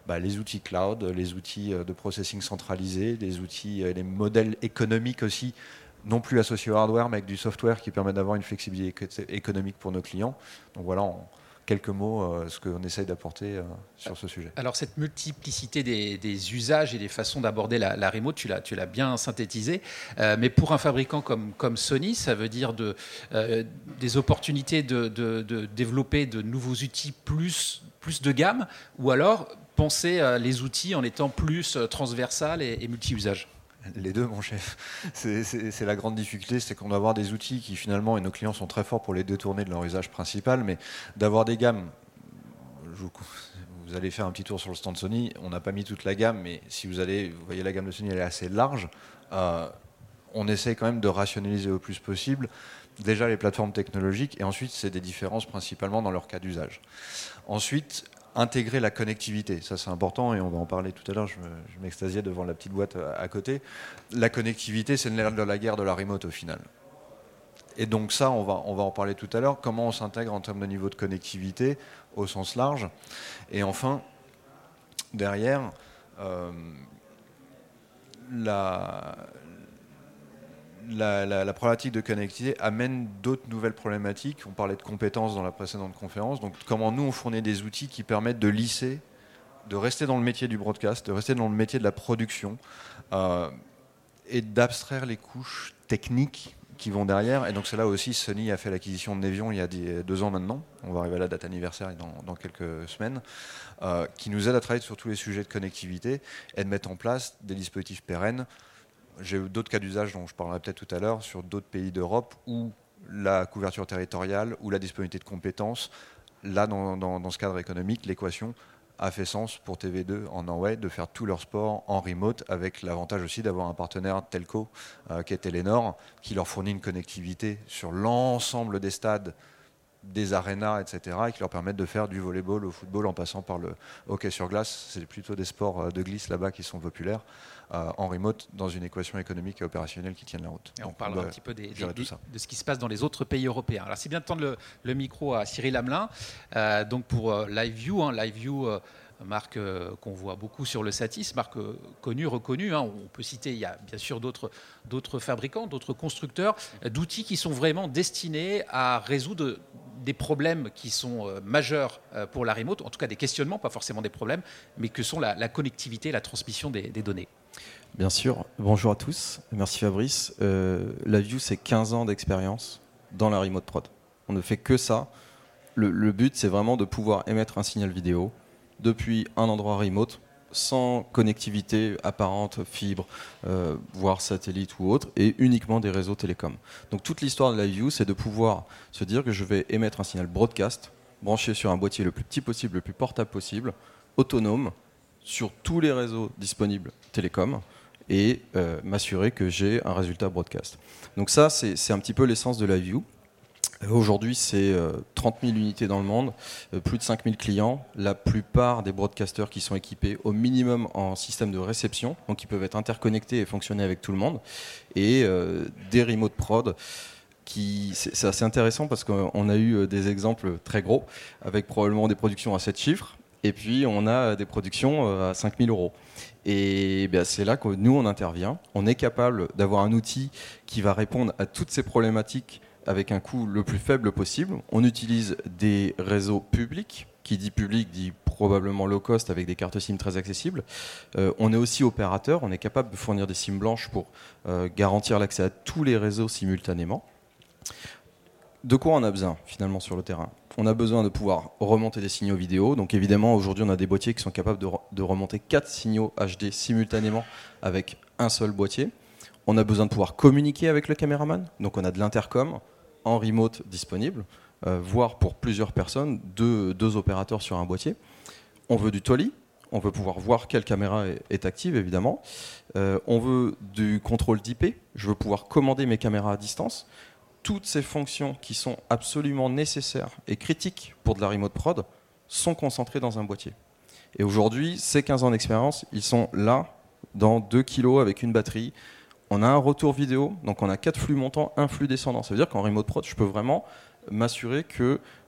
bah, les outils cloud, les outils de processing centralisé, les outils, les modèles économiques aussi, non plus associés au hardware, mais avec du software qui permet d'avoir une flexibilité économique pour nos clients. Donc voilà, en quelques mots, euh, ce qu'on essaye d'apporter euh, sur ce sujet. Alors cette multiplicité des, des usages et des façons d'aborder la, la remote, tu l'as, tu l'as bien synthétisé, euh, mais pour un fabricant comme, comme Sony, ça veut dire de, euh, des opportunités de, de, de développer de nouveaux outils plus, plus de gamme, ou alors penser euh, les outils en étant plus euh, transversales et, et multi-usages. Les deux, mon chef. C'est, c'est, c'est la grande difficulté, c'est qu'on doit avoir des outils qui finalement, et nos clients sont très forts pour les détourner de leur usage principal, mais d'avoir des gammes. Je vous, vous allez faire un petit tour sur le stand Sony, on n'a pas mis toute la gamme, mais si vous allez, vous voyez la gamme de Sony, elle est assez large. Euh, on essaie quand même de rationaliser au plus possible déjà les plateformes technologiques, et ensuite c'est des différences principalement dans leur cas d'usage. Ensuite, intégrer la connectivité, ça c'est important et on va en parler tout à l'heure, je, me, je m'extasiais devant la petite boîte à, à côté. La connectivité, c'est le nerf de la guerre de la remote au final. Et donc ça, on va, on va en parler tout à l'heure, comment on s'intègre en termes de niveau de connectivité au sens large. Et enfin, derrière, euh, la... La, la, la problématique de connectivité amène d'autres nouvelles problématiques. On parlait de compétences dans la précédente conférence. Donc, comment nous, on fournit des outils qui permettent de lisser, de rester dans le métier du broadcast, de rester dans le métier de la production euh, et d'abstraire les couches techniques qui vont derrière. Et donc, c'est là aussi, Sony a fait l'acquisition de Nevion il y a des, deux ans maintenant. On va arriver à la date anniversaire dans, dans quelques semaines, euh, qui nous aide à travailler sur tous les sujets de connectivité et de mettre en place des dispositifs pérennes. J'ai eu d'autres cas d'usage dont je parlerai peut-être tout à l'heure sur d'autres pays d'Europe où la couverture territoriale ou la disponibilité de compétences, là dans, dans, dans ce cadre économique, l'équation a fait sens pour T V deux en Norway de faire tout leur sport en remote, avec l'avantage aussi d'avoir un partenaire telco euh, qui est Telenor, qui leur fournit une connectivité sur l'ensemble des stades, des arénas, et cetera, et qui leur permettent de faire du volleyball au football en passant par le hockey sur glace. C'est plutôt des sports de glisse là-bas qui sont populaires, euh, en remote, dans une équation économique et opérationnelle qui tienne la route. Et on Donc, parle on un petit peu des, des, des, de ce qui se passe dans les autres pays européens. Alors c'est bien de tendre le, le micro à Cyril Hamelin, euh, donc pour euh, LiveView, hein, LiveView euh, marque euh, qu'on voit beaucoup sur le Satis, marque euh, connue, reconnue. Hein. On peut citer, il y a bien sûr d'autres, d'autres fabricants, d'autres constructeurs, euh, d'outils qui sont vraiment destinés à résoudre des problèmes qui sont euh, majeurs euh, pour la remote, en tout cas des questionnements, pas forcément des problèmes, mais que sont la, la connectivité, la transmission des, des données. Bien sûr. Bonjour à tous. Merci Fabrice. Euh, LiveView, c'est quinze ans d'expérience dans la remote prod. On ne fait que ça. Le, le but, c'est vraiment de pouvoir émettre un signal vidéo depuis un endroit remote, sans connectivité apparente, fibre, euh, voire satellite ou autre, et uniquement des réseaux télécoms. Donc toute l'histoire de LiveView, c'est de pouvoir se dire que je vais émettre un signal broadcast, branché sur un boîtier le plus petit possible, le plus portable possible, autonome, sur tous les réseaux disponibles télécoms, et euh, m'assurer que j'ai un résultat broadcast. Donc ça, c'est, c'est un petit peu l'essence de LiveView. Aujourd'hui, c'est trente mille unités dans le monde, plus de cinq mille clients. La plupart des broadcasters qui sont équipés au minimum en système de réception, donc ils peuvent être interconnectés et fonctionner avec tout le monde. Et euh, des remote prod, qui, c'est, c'est assez intéressant parce qu'on a eu des exemples très gros, avec probablement des productions à sept chiffres, et puis on a des productions à cinq mille euros. Et bien, c'est là que nous, on intervient. On est capable d'avoir un outil qui va répondre à toutes ces problématiques avec un coût le plus faible possible. On utilise des réseaux publics. Qui dit public dit probablement low cost avec des cartes SIM très accessibles. Euh, on est aussi opérateur. On est capable de fournir des SIM blanches pour euh, garantir l'accès à tous les réseaux simultanément. De quoi on a besoin finalement sur le terrain ? On a besoin de pouvoir remonter des signaux vidéo. Donc évidemment, aujourd'hui, on a des boîtiers qui sont capables de, re- de remonter quatre signaux H D simultanément avec un seul boîtier. On a besoin de pouvoir communiquer avec le caméraman. Donc on a de l'intercom en remote disponible, euh, voire pour plusieurs personnes, deux, deux opérateurs sur un boîtier. On veut du Tolly. On veut pouvoir voir quelle caméra est, est active, évidemment. Euh, on veut du contrôle d'I P. Je veux pouvoir commander mes caméras à distance. Toutes ces fonctions qui sont absolument nécessaires et critiques pour de la remote prod sont concentrées dans un boîtier. Et aujourd'hui, ces quinze ans d'expérience, ils sont là, dans deux kilos avec une batterie. On a un retour vidéo, donc on a quatre flux montants, un flux descendant. Ça veut dire qu'en remote prod, je peux vraiment m'assurer que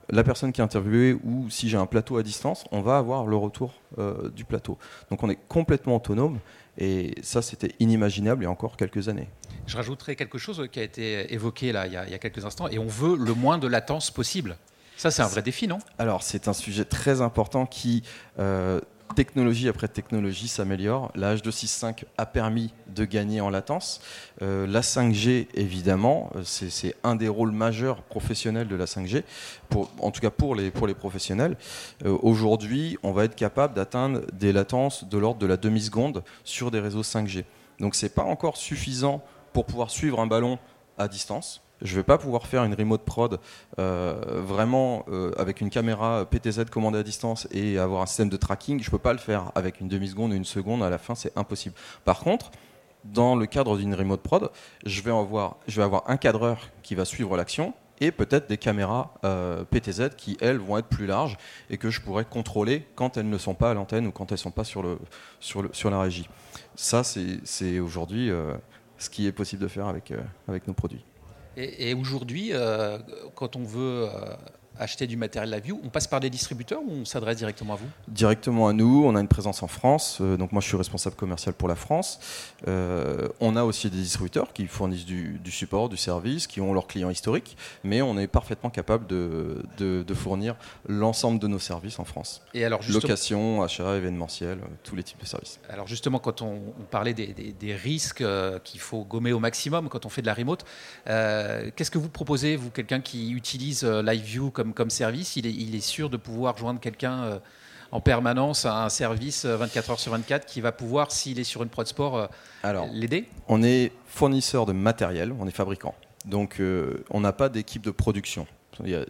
la personne qui est interviewée ou si j'ai un plateau à distance, on va avoir le retour euh, du plateau. Donc on est complètement autonome et ça c'était inimaginable il y a encore quelques années. Je rajouterai quelque chose qui a été évoqué là, il, y a, il y a quelques instants, et on veut le moins de latence possible. Ça c'est un vrai défi, non ? Alors c'est un sujet très important qui, euh, technologie après technologie, s'améliore. La H deux six cinq a permis de gagner en latence. Euh, la cinq G, évidemment, c'est, c'est un des rôles majeurs professionnels de la cinq G, pour, en tout cas pour les, pour les professionnels. Euh, aujourd'hui, on va être capable d'atteindre des latences de l'ordre de la demi-seconde sur des réseaux cinq G. Donc c'est pas encore suffisant pour pouvoir suivre un ballon à distance. Je ne vais pas pouvoir faire une remote prod euh, vraiment euh, avec une caméra P T Z commandée à distance et avoir un système de tracking. Je ne peux pas le faire avec une demi-seconde ou une seconde. À la fin, c'est impossible. Par contre, dans le cadre d'une remote prod, je vais avoir, je vais avoir un cadreur qui va suivre l'action et peut-être des caméras euh, P T Z qui, elles, vont être plus larges et que je pourrais contrôler quand elles ne sont pas à l'antenne ou quand elles ne sont pas sur, le, sur, le, sur la régie. Ça, c'est, c'est aujourd'hui euh, ce qui est possible de faire avec, euh, avec nos produits. Et, et aujourd'hui, euh, quand on veut euh, acheter du matériel LiveView, on passe par des distributeurs ou on s'adresse directement à vous ? Directement à nous, on a une présence en France, euh, donc moi je suis responsable commercial pour la France. Euh, on a aussi des distributeurs qui fournissent du, du support, du service, qui ont leurs clients historiques, mais on est parfaitement capable de, de, de fournir l'ensemble de nos services en France. Et alors location, achat, événementiel, euh, tous les types de services. Alors justement, quand on, on parlait des, des, des risques euh, qu'il faut gommer au maximum quand on fait de la remote, euh, qu'est-ce que vous proposez, vous, quelqu'un qui utilise euh, LiveView comme Comme, comme service, il est, il est sûr de pouvoir joindre quelqu'un euh, en permanence à un service euh, vingt-quatre heures sur vingt-quatre qui va pouvoir, s'il est sur une prod sport, euh, Alors, l'aider ? On est fournisseur de matériel, on est fabricant. Donc euh, on n'a pas d'équipe de production. Il y a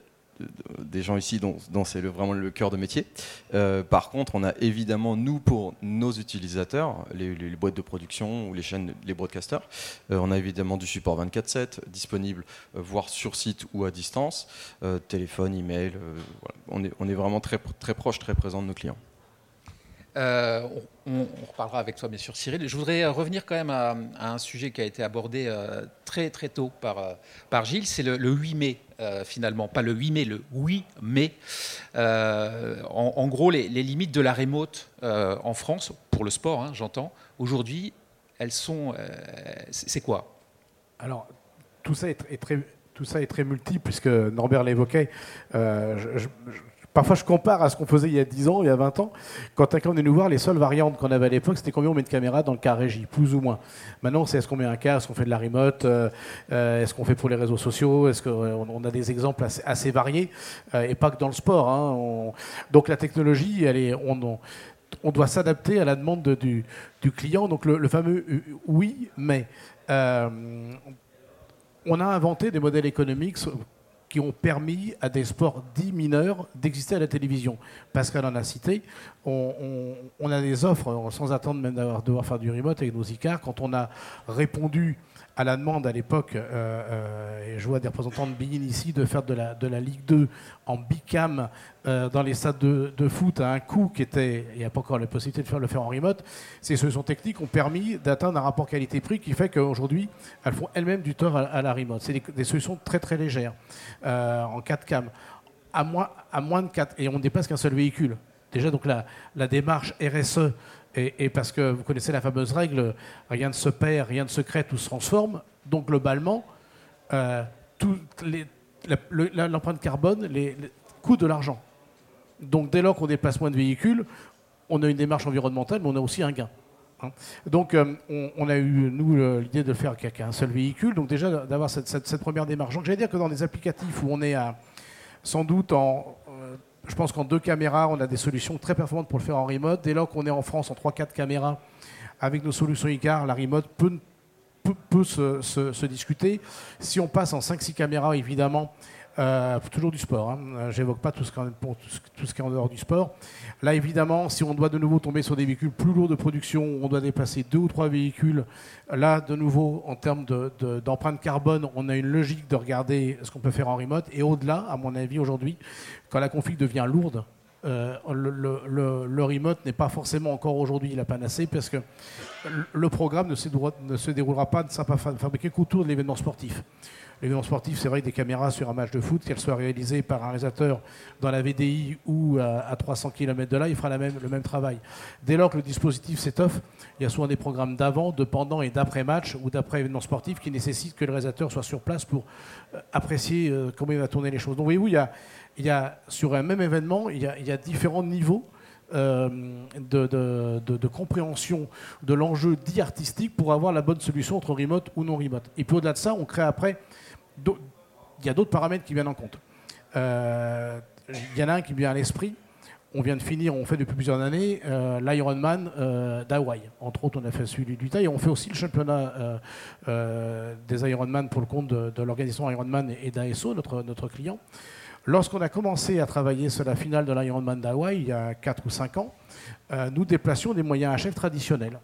des gens ici dont, dont c'est le, vraiment le cœur de métier. Euh, par contre, on a évidemment, nous, pour nos utilisateurs, les, les boîtes de production ou les chaînes, les broadcasters, euh, on a évidemment du support vingt-quatre sept disponible, euh, voire sur site ou à distance, euh, téléphone, email. Euh, voilà. on, est, on est vraiment très, très proche, très présent de nos clients. Euh, on, on reparlera avec toi, bien sûr, Cyril. Je voudrais revenir quand même à, à un sujet qui a été abordé euh, très très tôt par, euh, par Gilles, c'est le, le huit mai, euh, finalement. Pas le huit mai, le huit mai. Euh, en, en gros, les, les limites de la remote euh, en France, pour le sport, hein, j'entends, aujourd'hui, elles sont... Euh, c'est quoi ? Alors, tout ça est, est très... Tout ça est très multiple, puisque Norbert l'évoquait. Euh, je, je, Parfois, je compare à ce qu'on faisait il y a dix ans, il y a vingt ans. Quand quelqu'un venait nous voir, les seules variantes qu'on avait à l'époque, c'était combien on met de caméras dans le cas régie, plus ou moins. Maintenant, c'est est-ce qu'on met un cas, est-ce qu'on fait de la remote, euh, est-ce qu'on fait pour les réseaux sociaux, est-ce qu'on on a des exemples assez, assez variés, euh, et pas que dans le sport. Hein. On... Donc la technologie, elle est, on, on, on doit s'adapter à la demande de, du, du client. Donc le, le fameux oui, mais euh, on a inventé des modèles économiques qui ont permis à des sports dits mineurs d'exister à la télévision. Pascal en a cité, on, on, on a des offres, sans attendre même d'avoir devoir faire du remote avec nos Icars, quand on a répondu à la demande à l'époque, euh, euh, et je vois des représentants de Bein ici, de faire de la, de la Ligue deux en bicam euh, dans les stades de, de foot à un coût qui était, il n'y a pas encore la possibilité de faire, le faire en remote. Ces solutions techniques ont permis d'atteindre un rapport qualité-prix qui fait qu'aujourd'hui, elles font elles-mêmes du tort à, à la remote. C'est des, des solutions très très légères, euh, en quatre cam, à moins, à moins de quatre, et on ne dépasse qu'un seul véhicule. Déjà, donc la, la démarche R S E, Et, et parce que vous connaissez la fameuse règle, rien ne se perd, rien ne se crée, tout se transforme. Donc globalement, euh, tout les, la, le, l'empreinte carbone les, les, coûte de l'argent. Donc dès lors qu'on déplace moins de véhicules, on a une démarche environnementale, mais on a aussi un gain. Hein. Donc euh, on, on a eu, nous, l'idée de le faire qu'un seul véhicule. Donc déjà d'avoir cette, cette, cette première démarche. Donc j'allais dire que dans des applicatifs où on est à, sans doute en... Euh, Je pense qu'en deux caméras, on a des solutions très performantes pour le faire en remote. Dès lors qu'on est en France en trois quatre caméras, avec nos solutions Icar, la remote peut, peut, peut se, se, se discuter. Si on passe en cinq six caméras, évidemment, euh, toujours du sport. Hein. Je n'évoque pas tout ce, qui est, tout ce qui est en dehors du sport. Là, évidemment, si on doit de nouveau tomber sur des véhicules plus lourds de production, on doit déplacer deux ou trois véhicules. Là, de nouveau, en termes de, de, d'empreinte carbone, on a une logique de regarder ce qu'on peut faire en remote. Et au-delà, à mon avis, aujourd'hui, quand la config devient lourde, euh, le, le, le, le remote n'est pas forcément encore aujourd'hui la panacée, parce que le programme ne se déroulera, ne se déroulera pas, ne sera pas fabriqué qu'autour de l'événement sportif. L'événement sportif, c'est vrai que des caméras sur un match de foot, qu'elles soient réalisées par un réalisateur dans la V D I ou à, à trois cents kilomètres de là, il fera la même, le même travail. Dès lors que le dispositif s'étoffe, il y a souvent des programmes d'avant, de pendant et d'après-match ou d'après-événement sportif qui nécessitent que le réalisateur soit sur place pour euh, apprécier euh, comment il va tourner les choses. Donc voyez-vous, il y a, il y a, sur un même événement, il y a, il y a différents niveaux Euh, de, de, de, de compréhension de l'enjeu dit artistique pour avoir la bonne solution entre remote ou non remote. Et puis au-delà de ça, on crée après, il y a d'autres paramètres qui viennent en compte. Euh, il y en a un qui me vient à l'esprit. On vient de finir, on fait depuis plusieurs années euh, l'Ironman euh, d'Hawaï. Entre autres, on a fait celui du Taille et on fait aussi le championnat euh, euh, des Ironman pour le compte de, de l'organisation Ironman et, et d'A S O, notre, notre client. Lorsqu'on a commencé à travailler sur la finale de l'Ironman d'Hawaï, il y a quatre ou cinq ans, euh, nous déplacions des moyens H F traditionnels.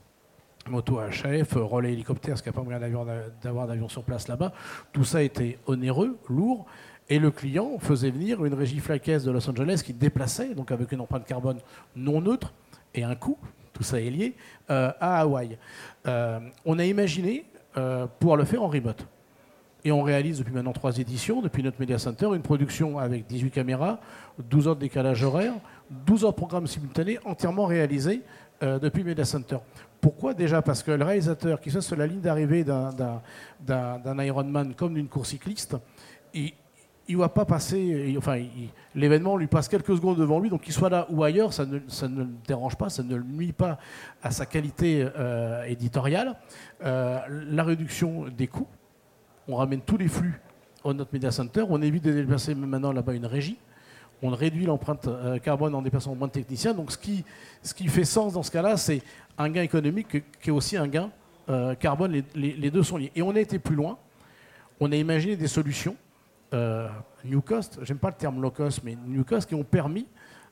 Moto H F, relais hélicoptère, parce qu'il n'y a pas moyen d'avoir d'avion sur place là-bas. Tout ça était onéreux, lourd, et le client faisait venir une régie Flycase de Los Angeles qui déplaçait, donc avec une empreinte carbone non neutre, et un coût, tout ça est lié, euh, à Hawaï. Euh, on a imaginé euh, pouvoir le faire en remote. Et on réalise depuis maintenant trois éditions, depuis notre Media Center, une production avec dix-huit caméras, douze heures de décalage horaire, douze heures de programme simultané, entièrement réalisé euh, depuis Media Center. Pourquoi ? Déjà parce que le réalisateur qui soit sur la ligne d'arrivée d'un, d'un, d'un, d'un Ironman comme d'une course cycliste, il ne va pas passer, il, enfin, il, l'événement lui passe quelques secondes devant lui, donc qu'il soit là ou ailleurs, ça ne, ça ne le dérange pas, ça ne le nuit pas à sa qualité euh, éditoriale. Euh, la réduction des coûts. On ramène tous les flux au notre Media Center. On évite de déplacer maintenant là-bas une régie. On réduit l'empreinte euh, carbone en déplaçant moins de techniciens. Donc ce qui, ce qui fait sens dans ce cas-là, c'est un gain économique qui est aussi un gain euh, carbone. Les, les, les deux sont liés. Et on a été plus loin. On a imaginé des solutions euh, new cost, j'aime pas le terme low cost, mais new cost, qui ont permis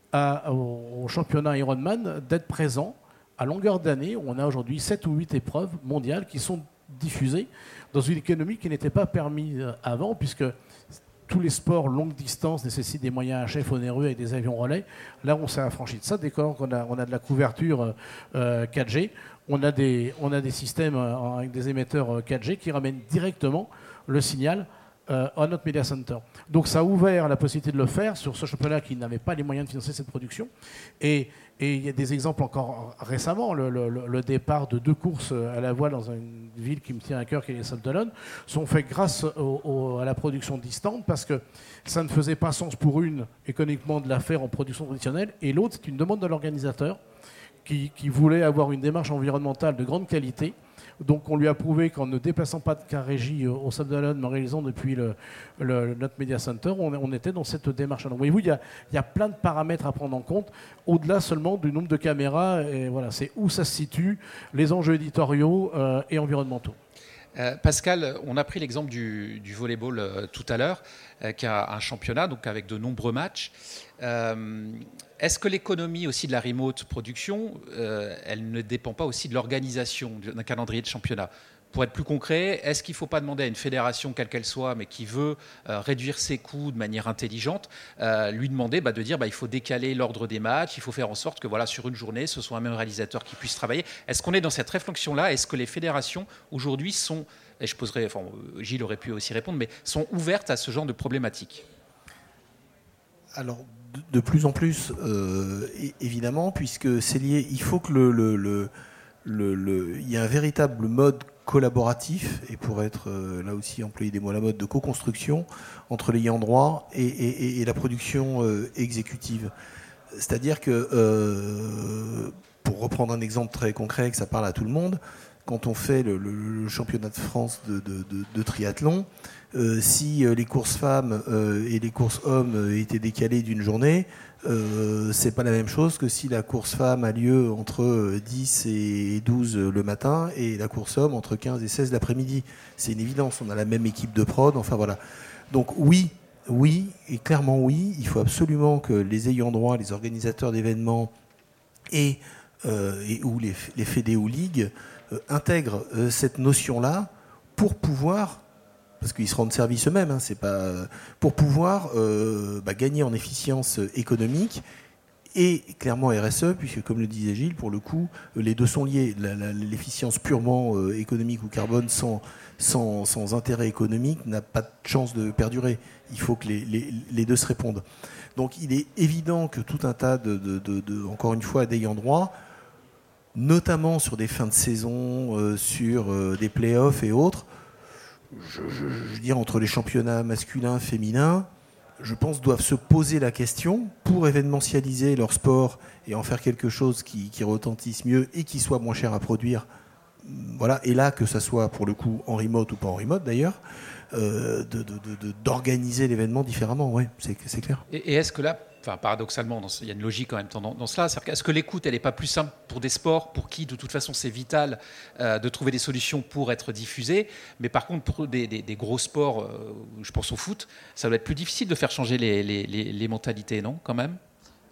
à, au, au championnat Ironman d'être présent à longueur d'année. On a aujourd'hui sept ou huit épreuves mondiales qui sont diffusées dans une économie qui n'était pas permise avant, puisque tous les sports longue distance nécessitent des moyens H F onéreux avec des avions relais. Là, on s'est affranchi de ça. Dès qu'on a, on a de la couverture euh, quatre G, on a, des, on a des systèmes euh, avec des émetteurs quatre G qui ramènent directement le signal euh, à notre Media Center. Donc ça a ouvert la possibilité de le faire sur ce championnat qui n'avait pas les moyens de financer cette production. Et Et il y a des exemples encore récemment. Le, le, le départ de deux courses à la voile dans une ville qui me tient à cœur, qui est les Sables d'Olonne, sont faits grâce au, au, à la production distante, parce que ça ne faisait pas sens pour une, économiquement, de la faire en production traditionnelle, et l'autre, c'est une demande de l'organisateur qui, qui voulait avoir une démarche environnementale de grande qualité. Donc on lui a prouvé qu'en ne déplaçant pas de car régie au Sables d'Olonne, mais en réalisant depuis le, le, notre Media Center, on, on était dans cette démarche. Donc voyez-vous, il y, a, il y a plein de paramètres à prendre en compte, au-delà seulement du nombre de caméras. Et voilà, c'est où ça se situe, les enjeux éditoriaux euh, et environnementaux. Euh, Pascal, on a pris l'exemple du, du volleyball euh, tout à l'heure, euh, qui a un championnat, donc avec de nombreux matchs. Euh, est-ce que l'économie aussi de la remote production, euh, elle ne dépend pas aussi de l'organisation d'un calendrier de championnat ? Pour être plus concret, est-ce qu'il ne faut pas demander à une fédération, quelle qu'elle soit, mais qui veut euh, réduire ses coûts de manière intelligente, euh, lui demander bah, de dire bah, il faut décaler l'ordre des matchs, il faut faire en sorte que voilà, sur une journée, ce soit un même réalisateur qui puisse travailler. Est-ce qu'on est dans cette réflexion-là ? Est-ce que les fédérations, aujourd'hui, sont, et je poserai, enfin, Gilles aurait pu aussi répondre, mais sont ouvertes à ce genre de problématiques ? Alors, de, de plus en plus, euh, évidemment, puisque c'est lié, il faut que le, le, le, le, le, il y ait un véritable mode collaboratif, et pour être euh, là aussi employé des mots à la mode, de co-construction entre l'ayant droit et, et, et la production euh, exécutive. C'est-à-dire que, euh, pour reprendre un exemple très concret, que ça parle à tout le monde, quand on fait le, le, le championnat de France de, de, de, de triathlon, euh, si les courses femmes euh, et les courses hommes euh, étaient décalées d'une journée, euh, c'est pas la même chose que si la course femme a lieu entre dix et douze le matin et la course homme entre quinze et seize l'après-midi. C'est une évidence, on a la même équipe de prod, enfin voilà. Donc oui, oui, et clairement oui, il faut absolument que les ayants droit, les organisateurs d'événements et, euh, et ou les, les fédés ou ligues euh, intègrent euh, cette notion-là pour pouvoir, parce qu'ils se rendent service eux-mêmes, hein, c'est pas, pour pouvoir euh, bah, gagner en efficience économique et clairement R S E, puisque comme le disait Gilles, pour le coup, les deux sont liés. La, la, l'efficience purement euh, économique ou carbone sans, sans, sans intérêt économique n'a pas de chance de perdurer. Il faut que les, les, les deux se répondent. Donc il est évident que tout un tas de, de, de, de encore une fois, d'ayants droit, notamment sur des fins de saison, euh, sur euh, des play-offs et autres, je, je, je veux dire, entre les championnats masculins, féminins, je pense, doivent se poser la question pour événementialiser leur sport et en faire quelque chose qui, qui retentisse mieux et qui soit moins cher à produire. Voilà. Et là, que ça soit pour le coup en remote ou pas en remote d'ailleurs, euh, de, de, de, d'organiser l'événement différemment, ouais, c'est, c'est clair. Et, et est-ce que là, enfin, paradoxalement, il y a une logique en même temps dans, dans cela, c'est-à-dire, est-ce que l'écoute, elle n'est pas plus simple pour des sports pour qui, de toute façon, c'est vital euh, de trouver des solutions pour être diffusés, mais par contre, pour des, des, des gros sports, euh, je pense au foot, ça doit être plus difficile de faire changer les, les, les, les mentalités, non, quand même ?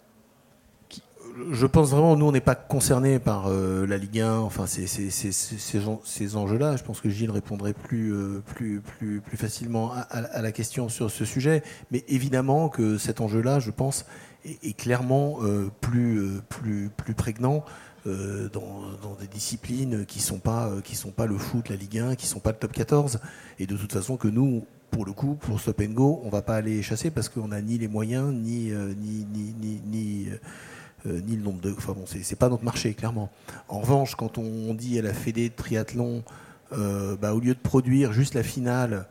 Je pense vraiment, nous, on n'est pas concernés par euh, la Ligue un, enfin, ces, ces, ces, ces, ces enjeux-là. Je pense que Gilles répondrait plus, euh, plus, plus, plus facilement à, à la question sur ce sujet. Mais évidemment que cet enjeu-là, je pense, est, est clairement euh, plus, euh, plus, plus prégnant euh, dans, dans des disciplines qui ne sont pas, euh, qui sont pas le foot, la Ligue un, qui ne sont pas le top quatorze. Et de toute façon, que nous, pour le coup, pour Stop and Go, on ne va pas aller chasser parce qu'on n'a ni les moyens, ni... Euh, ni, ni, ni, ni euh, Euh, ni le nombre de... Enfin bon, c'est, c'est pas notre marché, clairement. En revanche, quand on dit à la Fédé de triathlon, euh, bah, au lieu de produire juste la finale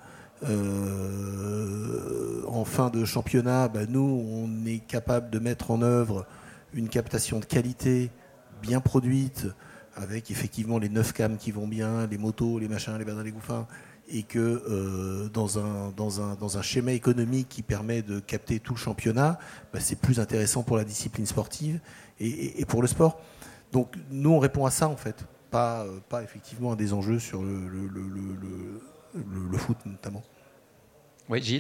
euh, en fin de championnat, bah, nous, on est capable de mettre en œuvre une captation de qualité bien produite, avec effectivement les neuf cams qui vont bien, les motos, les machins, les bardins, les gouffins, et que euh, dans, un, dans, un, dans un schéma économique qui permet de capter tout le championnat, bah, c'est plus intéressant pour la discipline sportive et, et, et pour le sport. Donc nous, on répond à ça, en fait, pas, pas effectivement à des enjeux sur le, le, le, le, le, le foot, notamment. Oui, Gilles ?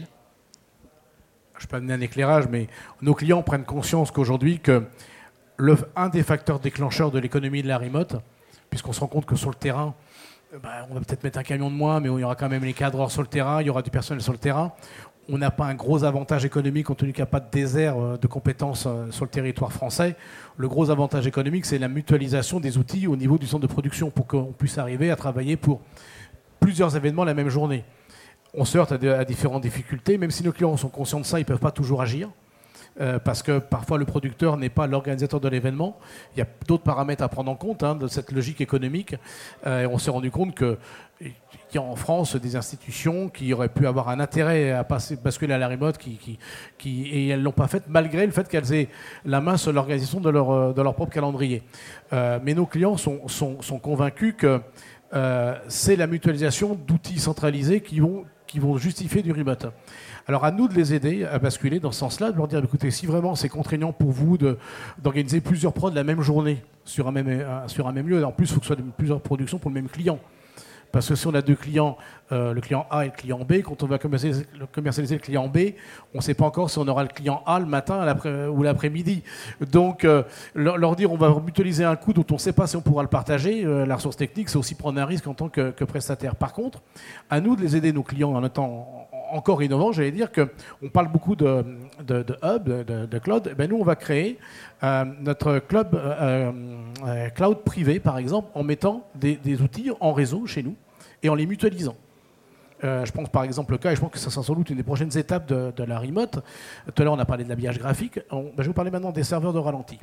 Je peux amener un éclairage, mais nos clients prennent conscience qu'aujourd'hui, que le, un des facteurs déclencheurs de l'économie de la remote, puisqu'on se rend compte que sur le terrain, bah, on va peut-être mettre un camion de moins, mais il y aura quand même les cadreurs sur le terrain, il y aura du personnel sur le terrain. On n'a pas un gros avantage économique compte tenu qu'il n'y a pas de désert de compétences sur le territoire français. Le gros avantage économique, c'est la mutualisation des outils au niveau du centre de production pour qu'on puisse arriver à travailler pour plusieurs événements la même journée. On se heurte à, de, à différentes difficultés, même si nos clients sont conscients de ça, ils ne peuvent pas toujours agir. Euh, parce que parfois le producteur n'est pas l'organisateur de l'événement. Il y a d'autres paramètres à prendre en compte hein, de cette logique économique. Euh, et on s'est rendu compte qu'il y a en France des institutions qui auraient pu avoir un intérêt à passer, basculer à la remote qui, qui, qui, et elles ne l'ont pas fait malgré le fait qu'elles aient la main sur l'organisation de leur, de leur propre calendrier. Euh, mais nos clients sont, sont, sont convaincus que euh, c'est la mutualisation d'outils centralisés qui vont, qui vont justifier du remote. Alors à nous de les aider à basculer dans ce sens-là, de leur dire, écoutez, si vraiment c'est contraignant pour vous de, d'organiser plusieurs prods la même journée sur un même, sur un même lieu, en plus il faut que ce soit plusieurs productions pour le même client. Parce que si on a deux clients, euh, le client A et le client B, quand on va commercialiser, commercialiser le client B, on ne sait pas encore si on aura le client A le matin l'après, ou l'après-midi. Donc euh, leur, leur dire on va mutualiser un coût dont on ne sait pas si on pourra le partager, euh, la ressource technique, c'est aussi prendre un risque en tant que, que prestataire. Par contre, à nous de les aider, nos clients, en étant encore innovant, j'allais dire qu'on parle beaucoup de, de, de hub, de, de cloud. Ben nous, on va créer euh, notre club euh, euh, cloud privé, par exemple, en mettant des, des outils en réseau chez nous et en les mutualisant. Euh, je pense par exemple le cas, et je pense que ça sera sans doute une des prochaines étapes de, de la remote. Tout à l'heure, on a parlé de l'habillage graphique. On, ben, je vais vous parler maintenant des serveurs de ralenti.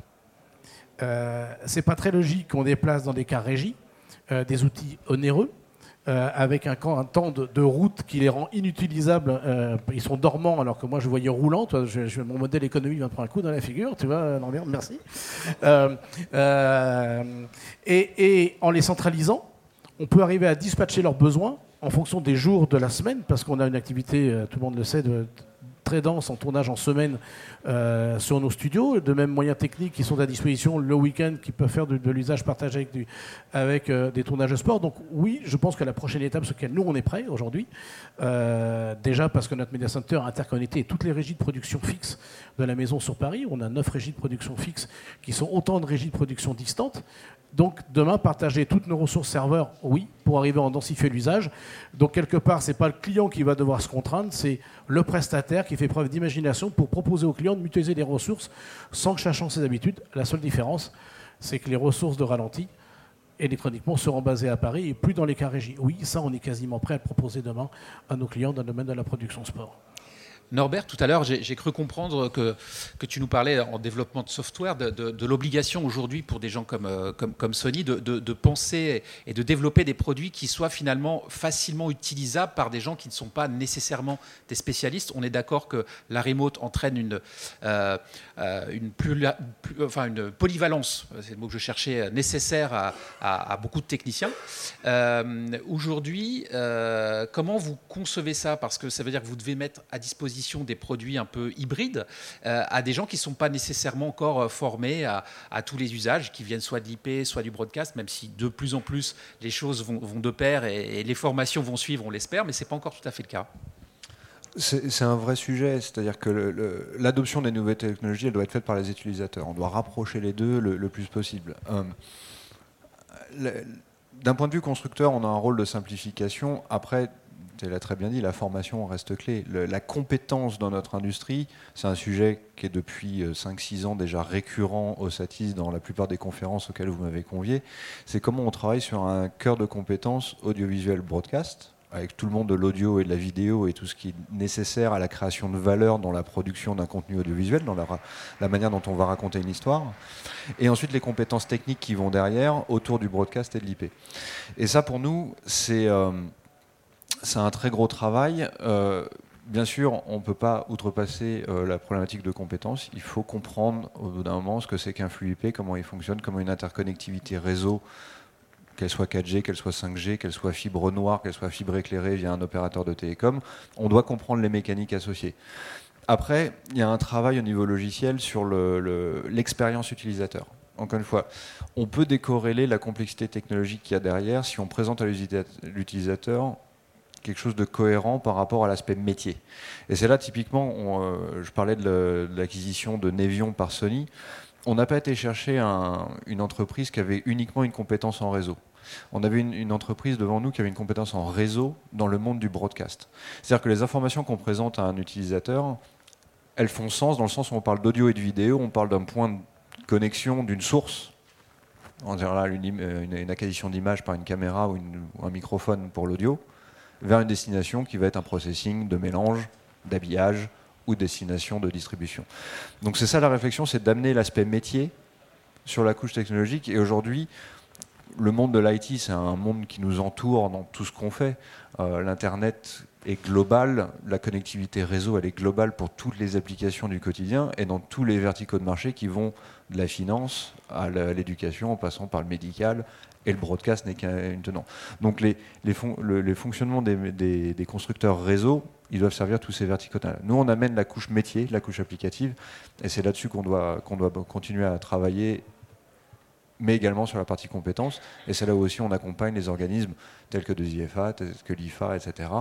Euh, c'est pas très logique qu'on déplace dans des cas régis euh, des outils onéreux. Euh, avec un, un temps de, de route qui les rend inutilisables. Euh, ils sont dormants alors que moi je voyais roulant. Toi, je, je, mon modèle économique va me prendre un coup dans la figure. Tu vois, non, merde, merci. Euh, euh, et, et en les centralisant, on peut arriver à dispatcher leurs besoins en fonction des jours de la semaine, parce qu'on a une activité, tout le monde le sait, de, très dense en tournage en semaine euh, sur nos studios, de même moyens techniques qui sont à disposition le week-end, qui peuvent faire de, de l'usage partagé avec, du, avec euh, des tournages de sport. Donc oui, je pense que la prochaine étape sur laquelle nous on est prêts aujourd'hui, euh, déjà parce que notre Media Center a interconnecté toutes les régies de production fixes de la maison sur Paris. On a neuf régies de production fixes qui sont autant de régies de production distantes. Donc demain, partager toutes nos ressources serveurs, oui, pour arriver à en densifier l'usage. Donc quelque part, ce n'est pas le client qui va devoir se contraindre, c'est le prestataire qui qui fait preuve d'imagination pour proposer aux clients de mutualiser des ressources sans que changeant ses habitudes. La seule différence, c'est que les ressources de ralenti électroniquement seront basées à Paris et plus dans les cas régie. Oui, ça, on est quasiment prêt à le proposer demain à nos clients dans le domaine de la production sport. Norbert, tout à l'heure, j'ai, j'ai cru comprendre que, que tu nous parlais en développement de software de, de, de l'obligation aujourd'hui pour des gens comme, comme, comme Sony de, de, de penser et de développer des produits qui soient finalement facilement utilisables par des gens qui ne sont pas nécessairement des spécialistes. On est d'accord que la remote entraîne une, euh, une, plus, plus, enfin une polyvalence, c'est le mot que je cherchais, nécessaire à, à, à beaucoup de techniciens. Euh, aujourd'hui, euh, comment vous concevez ça ? Parce que ça veut dire que vous devez mettre à disposition des produits un peu hybrides euh, à des gens qui ne sont pas nécessairement encore formés à, à tous les usages, qui viennent soit de l'I P, soit du broadcast, même si de plus en plus les choses vont, vont de pair et, et les formations vont suivre, on l'espère, mais ce n'est pas encore tout à fait le cas. C'est, c'est un vrai sujet, c'est-à-dire que le, le, l'adoption des nouvelles technologies, elle doit être faite par les utilisateurs. On doit rapprocher les deux le, le plus possible. Euh, le, d'un point de vue constructeur, on a un rôle de simplification. Après, tu l'as très bien dit, la formation reste clé. Le, la compétence dans notre industrie, c'est un sujet qui est depuis cinq six ans déjà récurrent au Satis dans la plupart des conférences auxquelles vous m'avez convié. C'est comment on travaille sur un cœur de compétences audiovisuel broadcast, avec tout le monde de l'audio et de la vidéo et tout ce qui est nécessaire à la création de valeur dans la production d'un contenu audiovisuel, dans la, la manière dont on va raconter une histoire. Et ensuite, les compétences techniques qui vont derrière, autour du broadcast et de l'I P. Et ça, pour nous, c'est... Euh, C'est un très gros travail. Euh, bien sûr, on ne peut pas outrepasser euh, la problématique de compétences. Il faut comprendre au bout d'un moment ce que c'est qu'un flux I P, comment il fonctionne, comment une interconnectivité réseau, qu'elle soit quatre G, qu'elle soit cinq G, qu'elle soit fibre noire, qu'elle soit fibre éclairée via un opérateur de télécom. On doit comprendre les mécaniques associées. Après, il y a un travail au niveau logiciel sur le, le, l'expérience utilisateur. Encore une fois, on peut décorréler la complexité technologique qu'il y a derrière si on présente à l'utilisateur quelque chose de cohérent par rapport à l'aspect métier. Et c'est là, typiquement, on, euh, je parlais de, le, de l'acquisition de Nevion par Sony. On n'a pas été chercher un, une entreprise qui avait uniquement une compétence en réseau. On avait une, une entreprise devant nous qui avait une compétence en réseau dans le monde du broadcast. C'est-à-dire que les informations qu'on présente à un utilisateur, elles font sens dans le sens où on parle d'audio et de vidéo, on parle d'un point de connexion, d'une source, en général une, une, une acquisition d'image par une caméra ou, une, ou un microphone pour l'audio, vers une destination qui va être un processing de mélange, d'habillage ou destination de distribution. Donc c'est ça la réflexion, c'est d'amener l'aspect métier sur la couche technologique. Et aujourd'hui, le monde de l'I T, c'est un monde qui nous entoure dans tout ce qu'on fait. Euh, L'Internet est global, la connectivité réseau, elle est globale pour toutes les applications du quotidien et dans tous les verticaux de marché qui vont de la finance à l'éducation en passant par le médical. Et le broadcast n'est qu'une tenant. Donc les, les, fon le, les fonctionnements des, des, des constructeurs réseau, ils doivent servir tous ces verticaux-là. Nous, on amène la couche métier, la couche applicative, et c'est là-dessus qu'on doit, qu'on doit continuer à travailler, mais également sur la partie compétences. Et c'est là où aussi on accompagne les organismes tels que des I F A, tels que l'I F A, et cetera,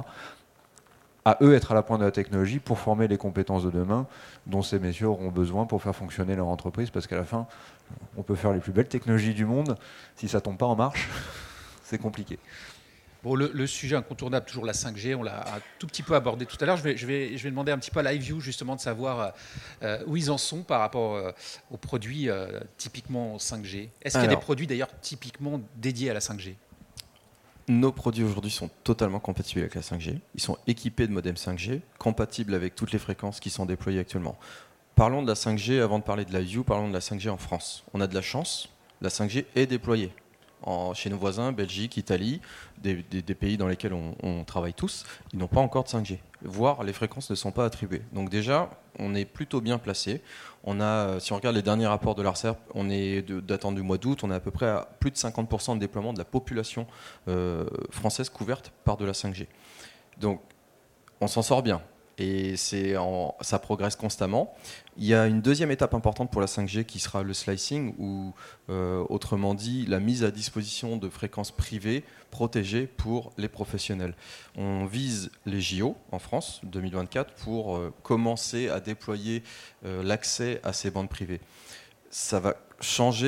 à eux être à la pointe de la technologie pour former les compétences de demain dont ces messieurs auront besoin pour faire fonctionner leur entreprise, parce qu'à la fin, on peut faire les plus belles technologies du monde, si ça ne tombe pas en marche, c'est compliqué. Bon, le, le sujet incontournable, toujours la cinq G, on l'a un tout petit peu abordé tout à l'heure. Je vais, je vais, je vais demander un petit peu à LiveView justement de savoir euh, où ils en sont par rapport euh, aux produits euh, typiquement cinq G. Est-ce qu'il y a des produits d'ailleurs typiquement dédiés à la cinq G ? Nos produits aujourd'hui sont totalement compatibles avec la cinq G. Ils sont équipés de modems cinq G, compatibles avec toutes les fréquences qui sont déployées actuellement. Parlons de la cinq G, avant de parler de LiveView, parlons de la cinq G en France. On a de la chance, la cinq G est déployée. En, chez nos voisins, Belgique, Italie, des, des, des pays dans lesquels on, on travaille tous, ils n'ont pas encore de cinq G, voire les fréquences ne sont pas attribuées. Donc déjà, on est plutôt bien placé. On a, si on regarde les derniers rapports de l'Arcep, on est de, datant du mois d'août, on est à peu près à plus de cinquante pour cent de déploiement de la population euh, française couverte par de la cinq G. Donc on s'en sort bien. Et c'est en, ça progresse constamment. Il y a une deuxième étape importante pour la cinq G qui sera le slicing, ou euh, autrement dit la mise à disposition de fréquences privées protégées pour les professionnels. On vise les J O en France deux mille vingt-quatre pour euh, commencer à déployer euh, l'accès à ces bandes privées. Ça va changer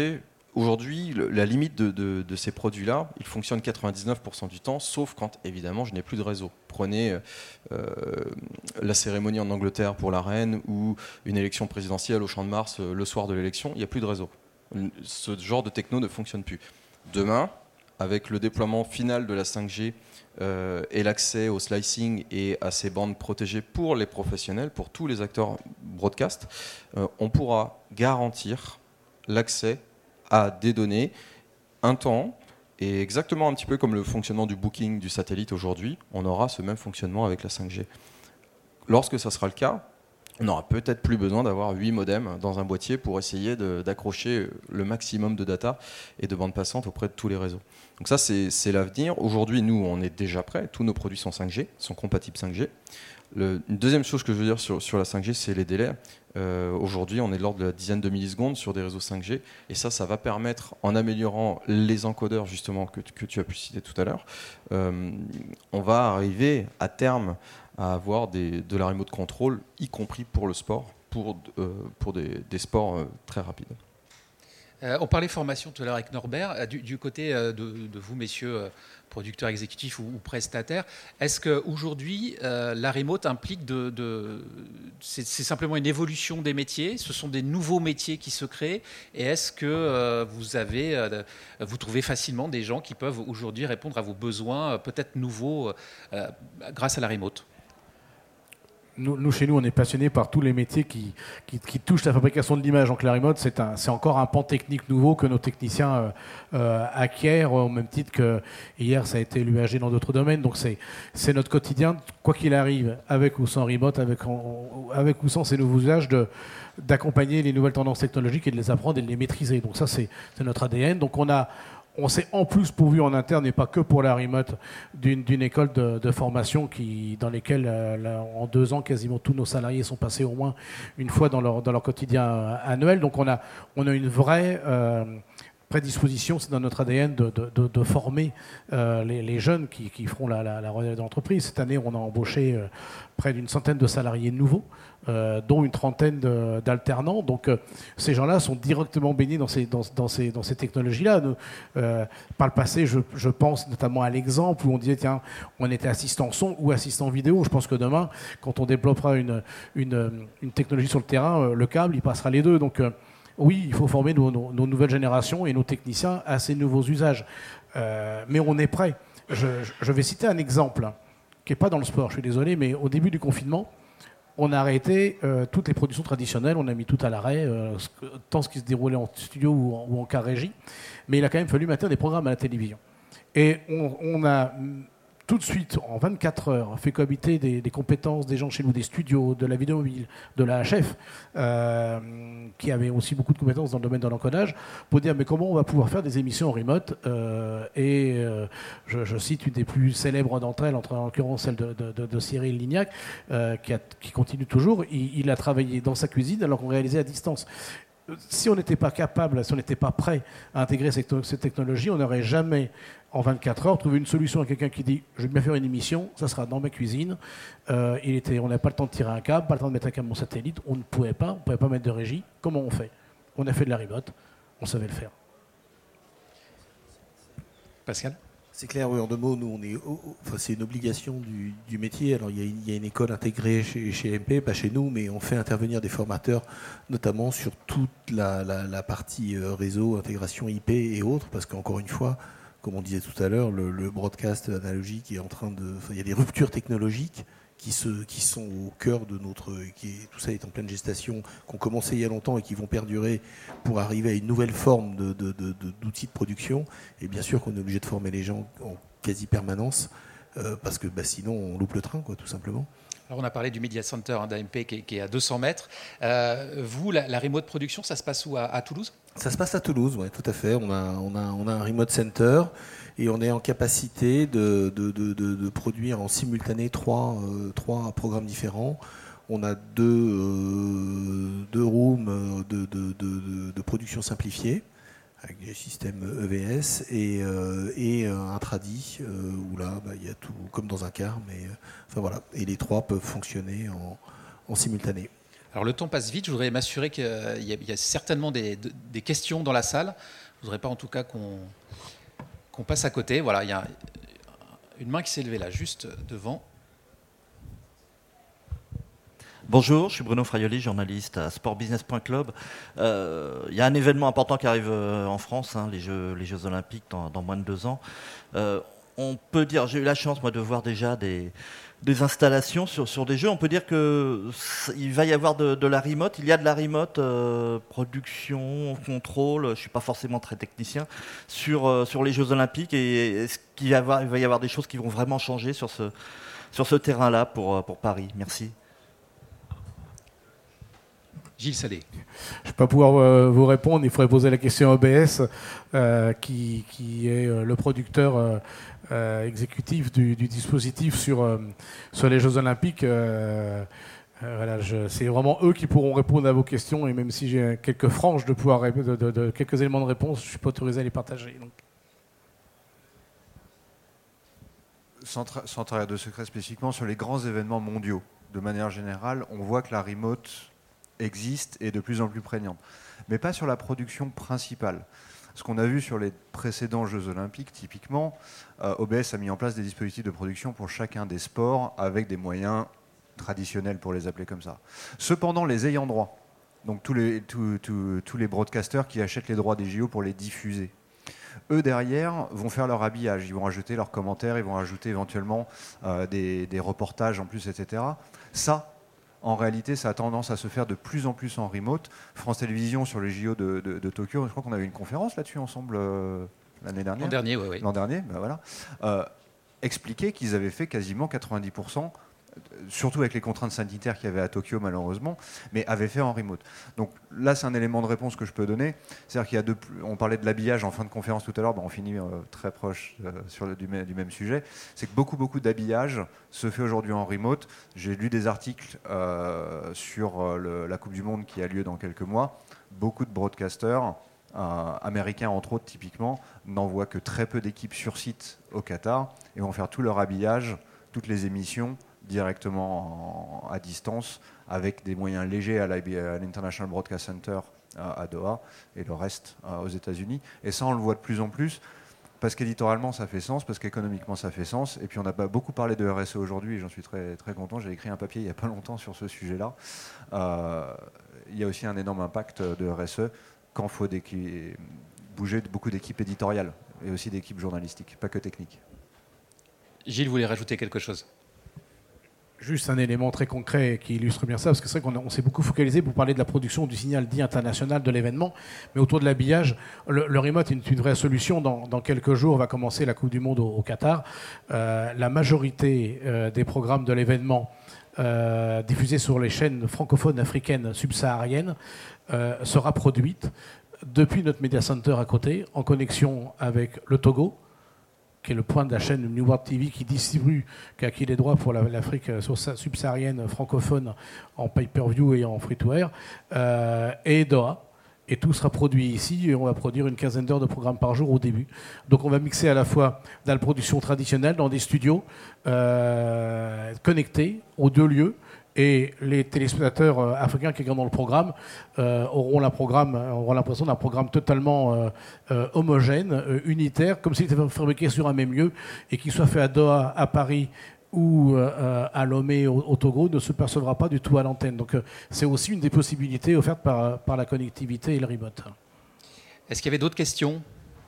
Aujourd'hui, le, la limite de, de, de ces produits-là, ils fonctionnent quatre-vingt-dix-neuf pour cent du temps, sauf quand, évidemment, je n'ai plus de réseau. Prenez euh, la cérémonie en Angleterre pour la reine ou une élection présidentielle au Champ de Mars euh, le soir de l'élection, il n'y a plus de réseau. Ce genre de techno ne fonctionne plus. Demain, avec le déploiement final de la cinq G euh, et l'accès au slicing et à ces bandes protégées pour les professionnels, pour tous les acteurs broadcast, euh, on pourra garantir l'accès à des données, un temps, et exactement un petit peu comme le fonctionnement du booking du satellite aujourd'hui, on aura ce même fonctionnement avec la cinq G. Lorsque ça sera le cas, on n'aura peut-être plus besoin d'avoir huit modems dans un boîtier pour essayer de, d'accrocher le maximum de data et de bandes passantes auprès de tous les réseaux. Donc ça, c'est, c'est l'avenir. Aujourd'hui, nous, on est déjà prêts. Tous nos produits sont cinq G, sont compatibles cinq G. Le, une deuxième chose que je veux dire sur, sur la cinq G, c'est les délais. Euh, aujourd'hui, on est de l'ordre de la dizaine de millisecondes sur des réseaux cinq G. Et ça, ça va permettre, en améliorant les encodeurs, justement, que, que tu as pu citer tout à l'heure, euh, on va arriver à terme à avoir des, de la remote control, y compris pour le sport, pour, euh, pour des, des sports euh, très rapides. Euh, on parlait formation tout à l'heure avec Norbert. Euh, du, du côté euh, de, de vous, messieurs, euh, producteurs exécutifs ou, ou prestataires, est-ce qu'aujourd'hui, euh, la remote implique de... de c'est, c'est simplement une évolution des métiers, ce sont des nouveaux métiers qui se créent, et est-ce que euh, vous avez, euh, vous trouvez facilement des gens qui peuvent aujourd'hui répondre à vos besoins, euh, peut-être nouveaux, euh, grâce à la remote ? Nous, nous, chez nous, on est passionnés par tous les métiers qui, qui, qui touchent la fabrication de l'image. Donc la remote, c'est, un, c'est encore un pan technique nouveau que nos techniciens euh, euh, acquièrent, au même titre que hier, ça a été l'U A G dans d'autres domaines. Donc c'est, c'est notre quotidien, quoi qu'il arrive, avec ou sans remote, avec, en, avec ou sans ces nouveaux usages, de, d'accompagner les nouvelles tendances technologiques et de les apprendre et de les maîtriser. Donc ça, c'est, c'est notre A D N. Donc on a... On s'est en plus pourvu en interne, et pas que pour la remote, d'une, d'une école de, de formation qui, dans lesquelles, euh, là, en deux ans, quasiment tous nos salariés sont passés au moins une fois dans leur, dans leur quotidien annuel. Donc on a, on a une vraie euh, prédisposition, c'est dans notre A D N, de, de, de, de former euh, les, les jeunes qui, qui feront la, la, la relève de l'entreprise. Cette année, on a embauché euh, près d'une centaine de salariés nouveaux, Euh, dont une trentaine de, d'alternants. Donc euh, ces gens-là sont directement baignés dans ces, dans, dans ces, dans ces technologies-là. Nous, euh, par le passé, je, je pense notamment à l'exemple où on disait, tiens, on était assistant son ou assistant vidéo. Je pense que demain, quand on développera une, une, une technologie sur le terrain, euh, le câble, il passera les deux. Donc euh, oui, il faut former nos, nos, nos nouvelles générations et nos techniciens à ces nouveaux usages. Euh, mais on est prêt. Je, je vais citer un exemple hein, qui n'est pas dans le sport, je suis désolé, mais au début du confinement, on a arrêté euh, toutes les productions traditionnelles, on a mis tout à l'arrêt, euh, tant ce qui se déroulait en studio ou en, ou en cas régie, mais il a quand même fallu maintenir des programmes à la télévision. Et on, on a tout de suite, en vingt-quatre heures, fait cohabiter des, des compétences des gens chez nous, des studios, de la vidéo mobile, de la H F, euh, qui avaient aussi beaucoup de compétences dans le domaine de l'encodage, pour dire mais comment on va pouvoir faire des émissions en remote euh, et euh, je, je cite une des plus célèbres d'entre elles, en l'occurrence celle de, de, de Cyril Lignac, euh, qui, a, qui continue toujours. Il, il a travaillé dans sa cuisine alors qu'on réalisait à distance. Si on n'était pas capable, si on n'était pas prêt à intégrer cette, cette technologie, on n'aurait jamais, en vingt-quatre heures, trouvé une solution à quelqu'un qui dit « je vais bien faire une émission, ça sera dans ma cuisine euh, ». Il était, on n'avait pas le temps de tirer un câble, pas le temps de mettre un câble en satellite, on ne pouvait pas, on ne pouvait pas mettre de régie. Comment on fait ? On a fait de la remote, on savait le faire. Pascal ? C'est clair, oui, en deux mots, nous, on est, oh, oh, enfin, c'est une obligation du, du métier. Alors, il y, a une, il y a une école intégrée chez, chez M P, pas chez nous, mais on fait intervenir des formateurs, notamment sur toute la, la, la partie réseau, intégration I P et autres, parce qu'encore une fois, comme on disait tout à l'heure, le, le broadcast analogique est en train de... Enfin, il y a des ruptures technologiques qui, se, qui sont au cœur de notre... Qui est, tout ça est en pleine gestation, qui ont commencé il y a longtemps et qui vont perdurer pour arriver à une nouvelle forme de, de, de, de, d'outils de production. Et bien sûr qu'on est obligé de former les gens en quasi-permanence, euh, parce que bah, sinon on loupe le train, quoi, tout simplement. Alors on a parlé du Media Center hein, d'A M P qui est, qui est à deux cents mètres. Euh, vous, la, la remote production, ça se passe où, à, à Toulouse ? Ça se passe à Toulouse, oui, tout à fait. On a, on a, on a un remote center et on est en capacité de, de, de, de, de produire en simultané trois, euh, trois programmes différents. On a deux, euh, deux rooms de, de, de, de production simplifiée avec des systèmes E V S et, euh, et un tradi euh, où là, bah, il y a tout comme dans un car, mais euh, enfin voilà. Et les trois peuvent fonctionner en, en simultané. Alors le temps passe vite, je voudrais m'assurer qu'il y, y a certainement des, des questions dans la salle. Je ne voudrais pas en tout cas qu'on qu'on passe à côté. Voilà, il y a une main qui s'est levée là, juste devant. Bonjour, je suis Bruno Fraioli, journaliste à sport business point club. Euh, il y a un événement important qui arrive en France, hein, les, Jeux, les Jeux Olympiques dans, dans moins de deux ans. Euh, on peut dire, j'ai eu la chance moi de voir déjà des, des installations sur, sur des jeux. On peut dire qu'il va y avoir de, de la remote. Il y a de la remote, euh, production, contrôle. Je ne suis pas forcément très technicien sur, euh, sur les Jeux Olympiques. Et est-ce qu'il va y avoir, il va y avoir des choses qui vont vraiment changer sur ce, sur ce terrain-là pour, pour Paris? Merci. Gilles Salé. Je ne vais pas pouvoir euh, vous répondre. Il faudrait poser la question à O B S, euh, qui, qui est euh, le producteur euh, euh, exécutif du, du dispositif sur, euh, sur les Jeux Olympiques. Euh, euh, voilà, je, c'est vraiment eux qui pourront répondre à vos questions. Et même si j'ai quelques franges de pouvoir de, de, de quelques éléments de réponse, je ne suis pas autorisé à les partager. Donc. Sans, tra- sans trahir de secret spécifiquement, sur les grands événements mondiaux, de manière générale, on voit que la remote existe et est de plus en plus prégnante. Mais pas sur la production principale. Ce qu'on a vu sur les précédents Jeux Olympiques, typiquement, euh, O B S a mis en place des dispositifs de production pour chacun des sports avec des moyens traditionnels, pour les appeler comme ça. Cependant, les ayants droit, donc tous les, tous, tous, tous les broadcasters qui achètent les droits des J O pour les diffuser, eux, derrière, vont faire leur habillage. Ils vont rajouter leurs commentaires, ils vont rajouter éventuellement euh, des, des reportages en plus, et cetera. Ça, en réalité, ça a tendance à se faire de plus en plus en remote. France Télévisions, sur les J O de, de, de Tokyo, je crois qu'on avait une conférence là-dessus ensemble euh, l'année dernière. L'an dernier, oui. oui. L'an dernier, ben voilà. Euh, expliquer qu'ils avaient fait quasiment quatre-vingt-dix pour cent, surtout avec les contraintes sanitaires qu'il y avait à Tokyo malheureusement, mais avaient fait en remote. Donc là, c'est un élément de réponse que je peux donner. C'est-à-dire qu'il y a deux, on parlait de l'habillage en fin de conférence tout à l'heure, ben on finit euh, très proche euh, sur le, du, du même sujet. C'est que beaucoup, beaucoup d'habillage se fait aujourd'hui en remote. J'ai lu des articles euh, sur euh, le, la Coupe du Monde qui a lieu dans quelques mois. Beaucoup de broadcasters, euh, américains entre autres typiquement, n'envoient que très peu d'équipes sur site au Qatar et vont faire tout leur habillage, toutes les émissions directement en, à distance avec des moyens légers à l'International Broadcast Center à, à Doha et le reste à, aux États-Unis. Et ça, on le voit de plus en plus parce qu'éditorialement, ça fait sens, parce qu'économiquement, ça fait sens. Et puis, on a beaucoup parlé de R S E aujourd'hui et j'en suis très, très content. J'ai écrit un papier il n'y a pas longtemps sur ce sujet-là. Euh, il y a aussi un énorme impact de R S E quand il faut bouger de beaucoup d'équipes éditoriales et aussi d'équipes journalistiques, pas que techniques. Gilles voulait rajouter quelque chose. Juste un élément très concret qui illustre bien ça, parce que c'est vrai qu'on on s'est beaucoup focalisé pour parler de la production du signal dit international de l'événement, mais autour de l'habillage, le, le remote est une vraie solution. Dans, dans quelques jours, va commencer la Coupe du Monde au, au Qatar. Euh, la majorité euh, des programmes de l'événement euh, diffusés sur les chaînes francophones africaines subsahariennes euh, sera produite depuis notre Media Center à côté, en connexion avec le Togo, qui est le point de la chaîne New World T V qui distribue, qui a acquis les droits pour l'Afrique subsaharienne francophone en pay-per-view et en free-to-air, euh, et Doha. Et tout sera produit ici, et on va produire une quinzaine d'heures de programme par jour au début. Donc on va mixer à la fois dans la production traditionnelle, dans des studios euh, connectés aux deux lieux, et les téléspectateurs euh, africains qui regardent le programme euh, auront, la programme, auront l'impression d'un programme totalement euh, euh, homogène, euh, unitaire, comme s'il était fabriqué sur un même lieu, et qu'il soit fait à Doha, à Paris ou euh, à Lomé au, au Togo, ne se percevra pas du tout à l'antenne. Donc euh, c'est aussi une des possibilités offertes par, par la connectivité et le remote. Est-ce qu'il y avait d'autres questions ?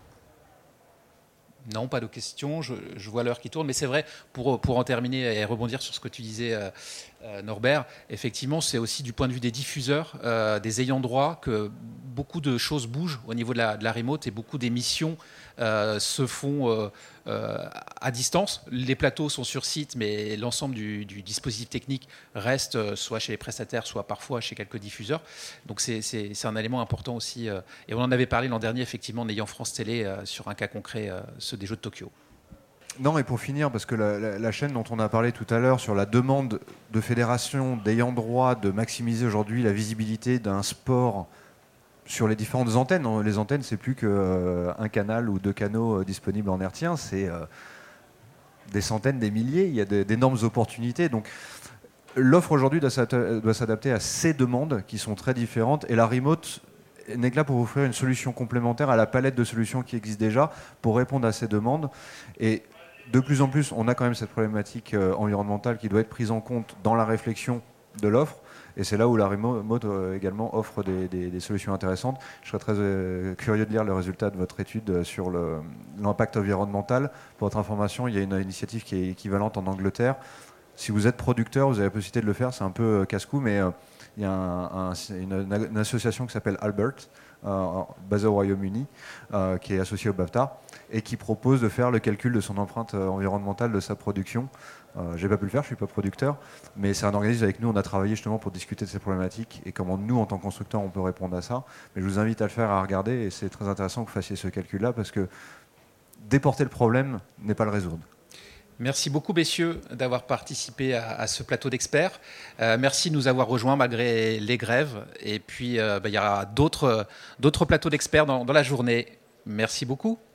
Non, pas de questions. Je, je vois l'heure qui tourne. Mais c'est vrai, pour, pour en terminer et rebondir sur ce que tu disais, euh, euh, Norbert, effectivement, c'est aussi du point de vue des diffuseurs, euh, des ayants droit, que beaucoup de choses bougent au niveau de la, de la remote et beaucoup d'émissions euh, se font euh, euh, à distance. Les plateaux sont sur site, mais l'ensemble du, du dispositif technique reste euh, soit chez les prestataires, soit parfois chez quelques diffuseurs. Donc c'est, c'est, c'est un élément important aussi. Euh, et on en avait parlé l'an dernier, effectivement, en ayant France Télé euh, sur un cas concret, euh, ceux des Jeux de Tokyo. Non, et pour finir, parce que la, la, la chaîne dont on a parlé tout à l'heure sur la demande de fédérations d'ayant droit de maximiser aujourd'hui la visibilité d'un sport sur les différentes antennes. Les antennes, c'est plus qu'un euh, canal ou deux canaux euh, disponibles en hertzien, c'est euh, des centaines, des milliers. Il y a de, d'énormes opportunités. Donc, l'offre aujourd'hui doit s'adapter à ces demandes qui sont très différentes, et la remote n'est que là pour vous offrir une solution complémentaire à la palette de solutions qui existe déjà pour répondre à ces demandes. Et de plus en plus, on a quand même cette problématique euh, environnementale qui doit être prise en compte dans la réflexion de l'offre. Et c'est là où la remote euh, également offre des, des, des solutions intéressantes. Je serais très euh, curieux de lire le résultat de votre étude sur le, l'impact environnemental. Pour votre information, il y a une initiative qui est équivalente en Angleterre. Si vous êtes producteur, vous avez la possibilité de le faire. C'est un peu euh, casse-cou, mais euh, il y a un, un, une, une association qui s'appelle Albert, euh, basée au Royaume-Uni, euh, qui est associée au BAFTA, et qui propose de faire le calcul de son empreinte environnementale de sa production. Euh, j'ai pas pu le faire, je suis pas producteur, mais c'est un organisme avec nous, on a travaillé justement pour discuter de ces problématiques et comment nous, en tant que constructeurs, on peut répondre à ça. Mais je vous invite à le faire, à regarder, et c'est très intéressant que vous fassiez ce calcul-là, parce que déporter le problème n'est pas le résoudre. Merci beaucoup, messieurs, d'avoir participé à, à ce plateau d'experts. Euh, merci de nous avoir rejoints malgré les grèves. Et puis, euh, bah, il y aura d'autres, d'autres plateaux d'experts dans, dans la journée. Merci beaucoup.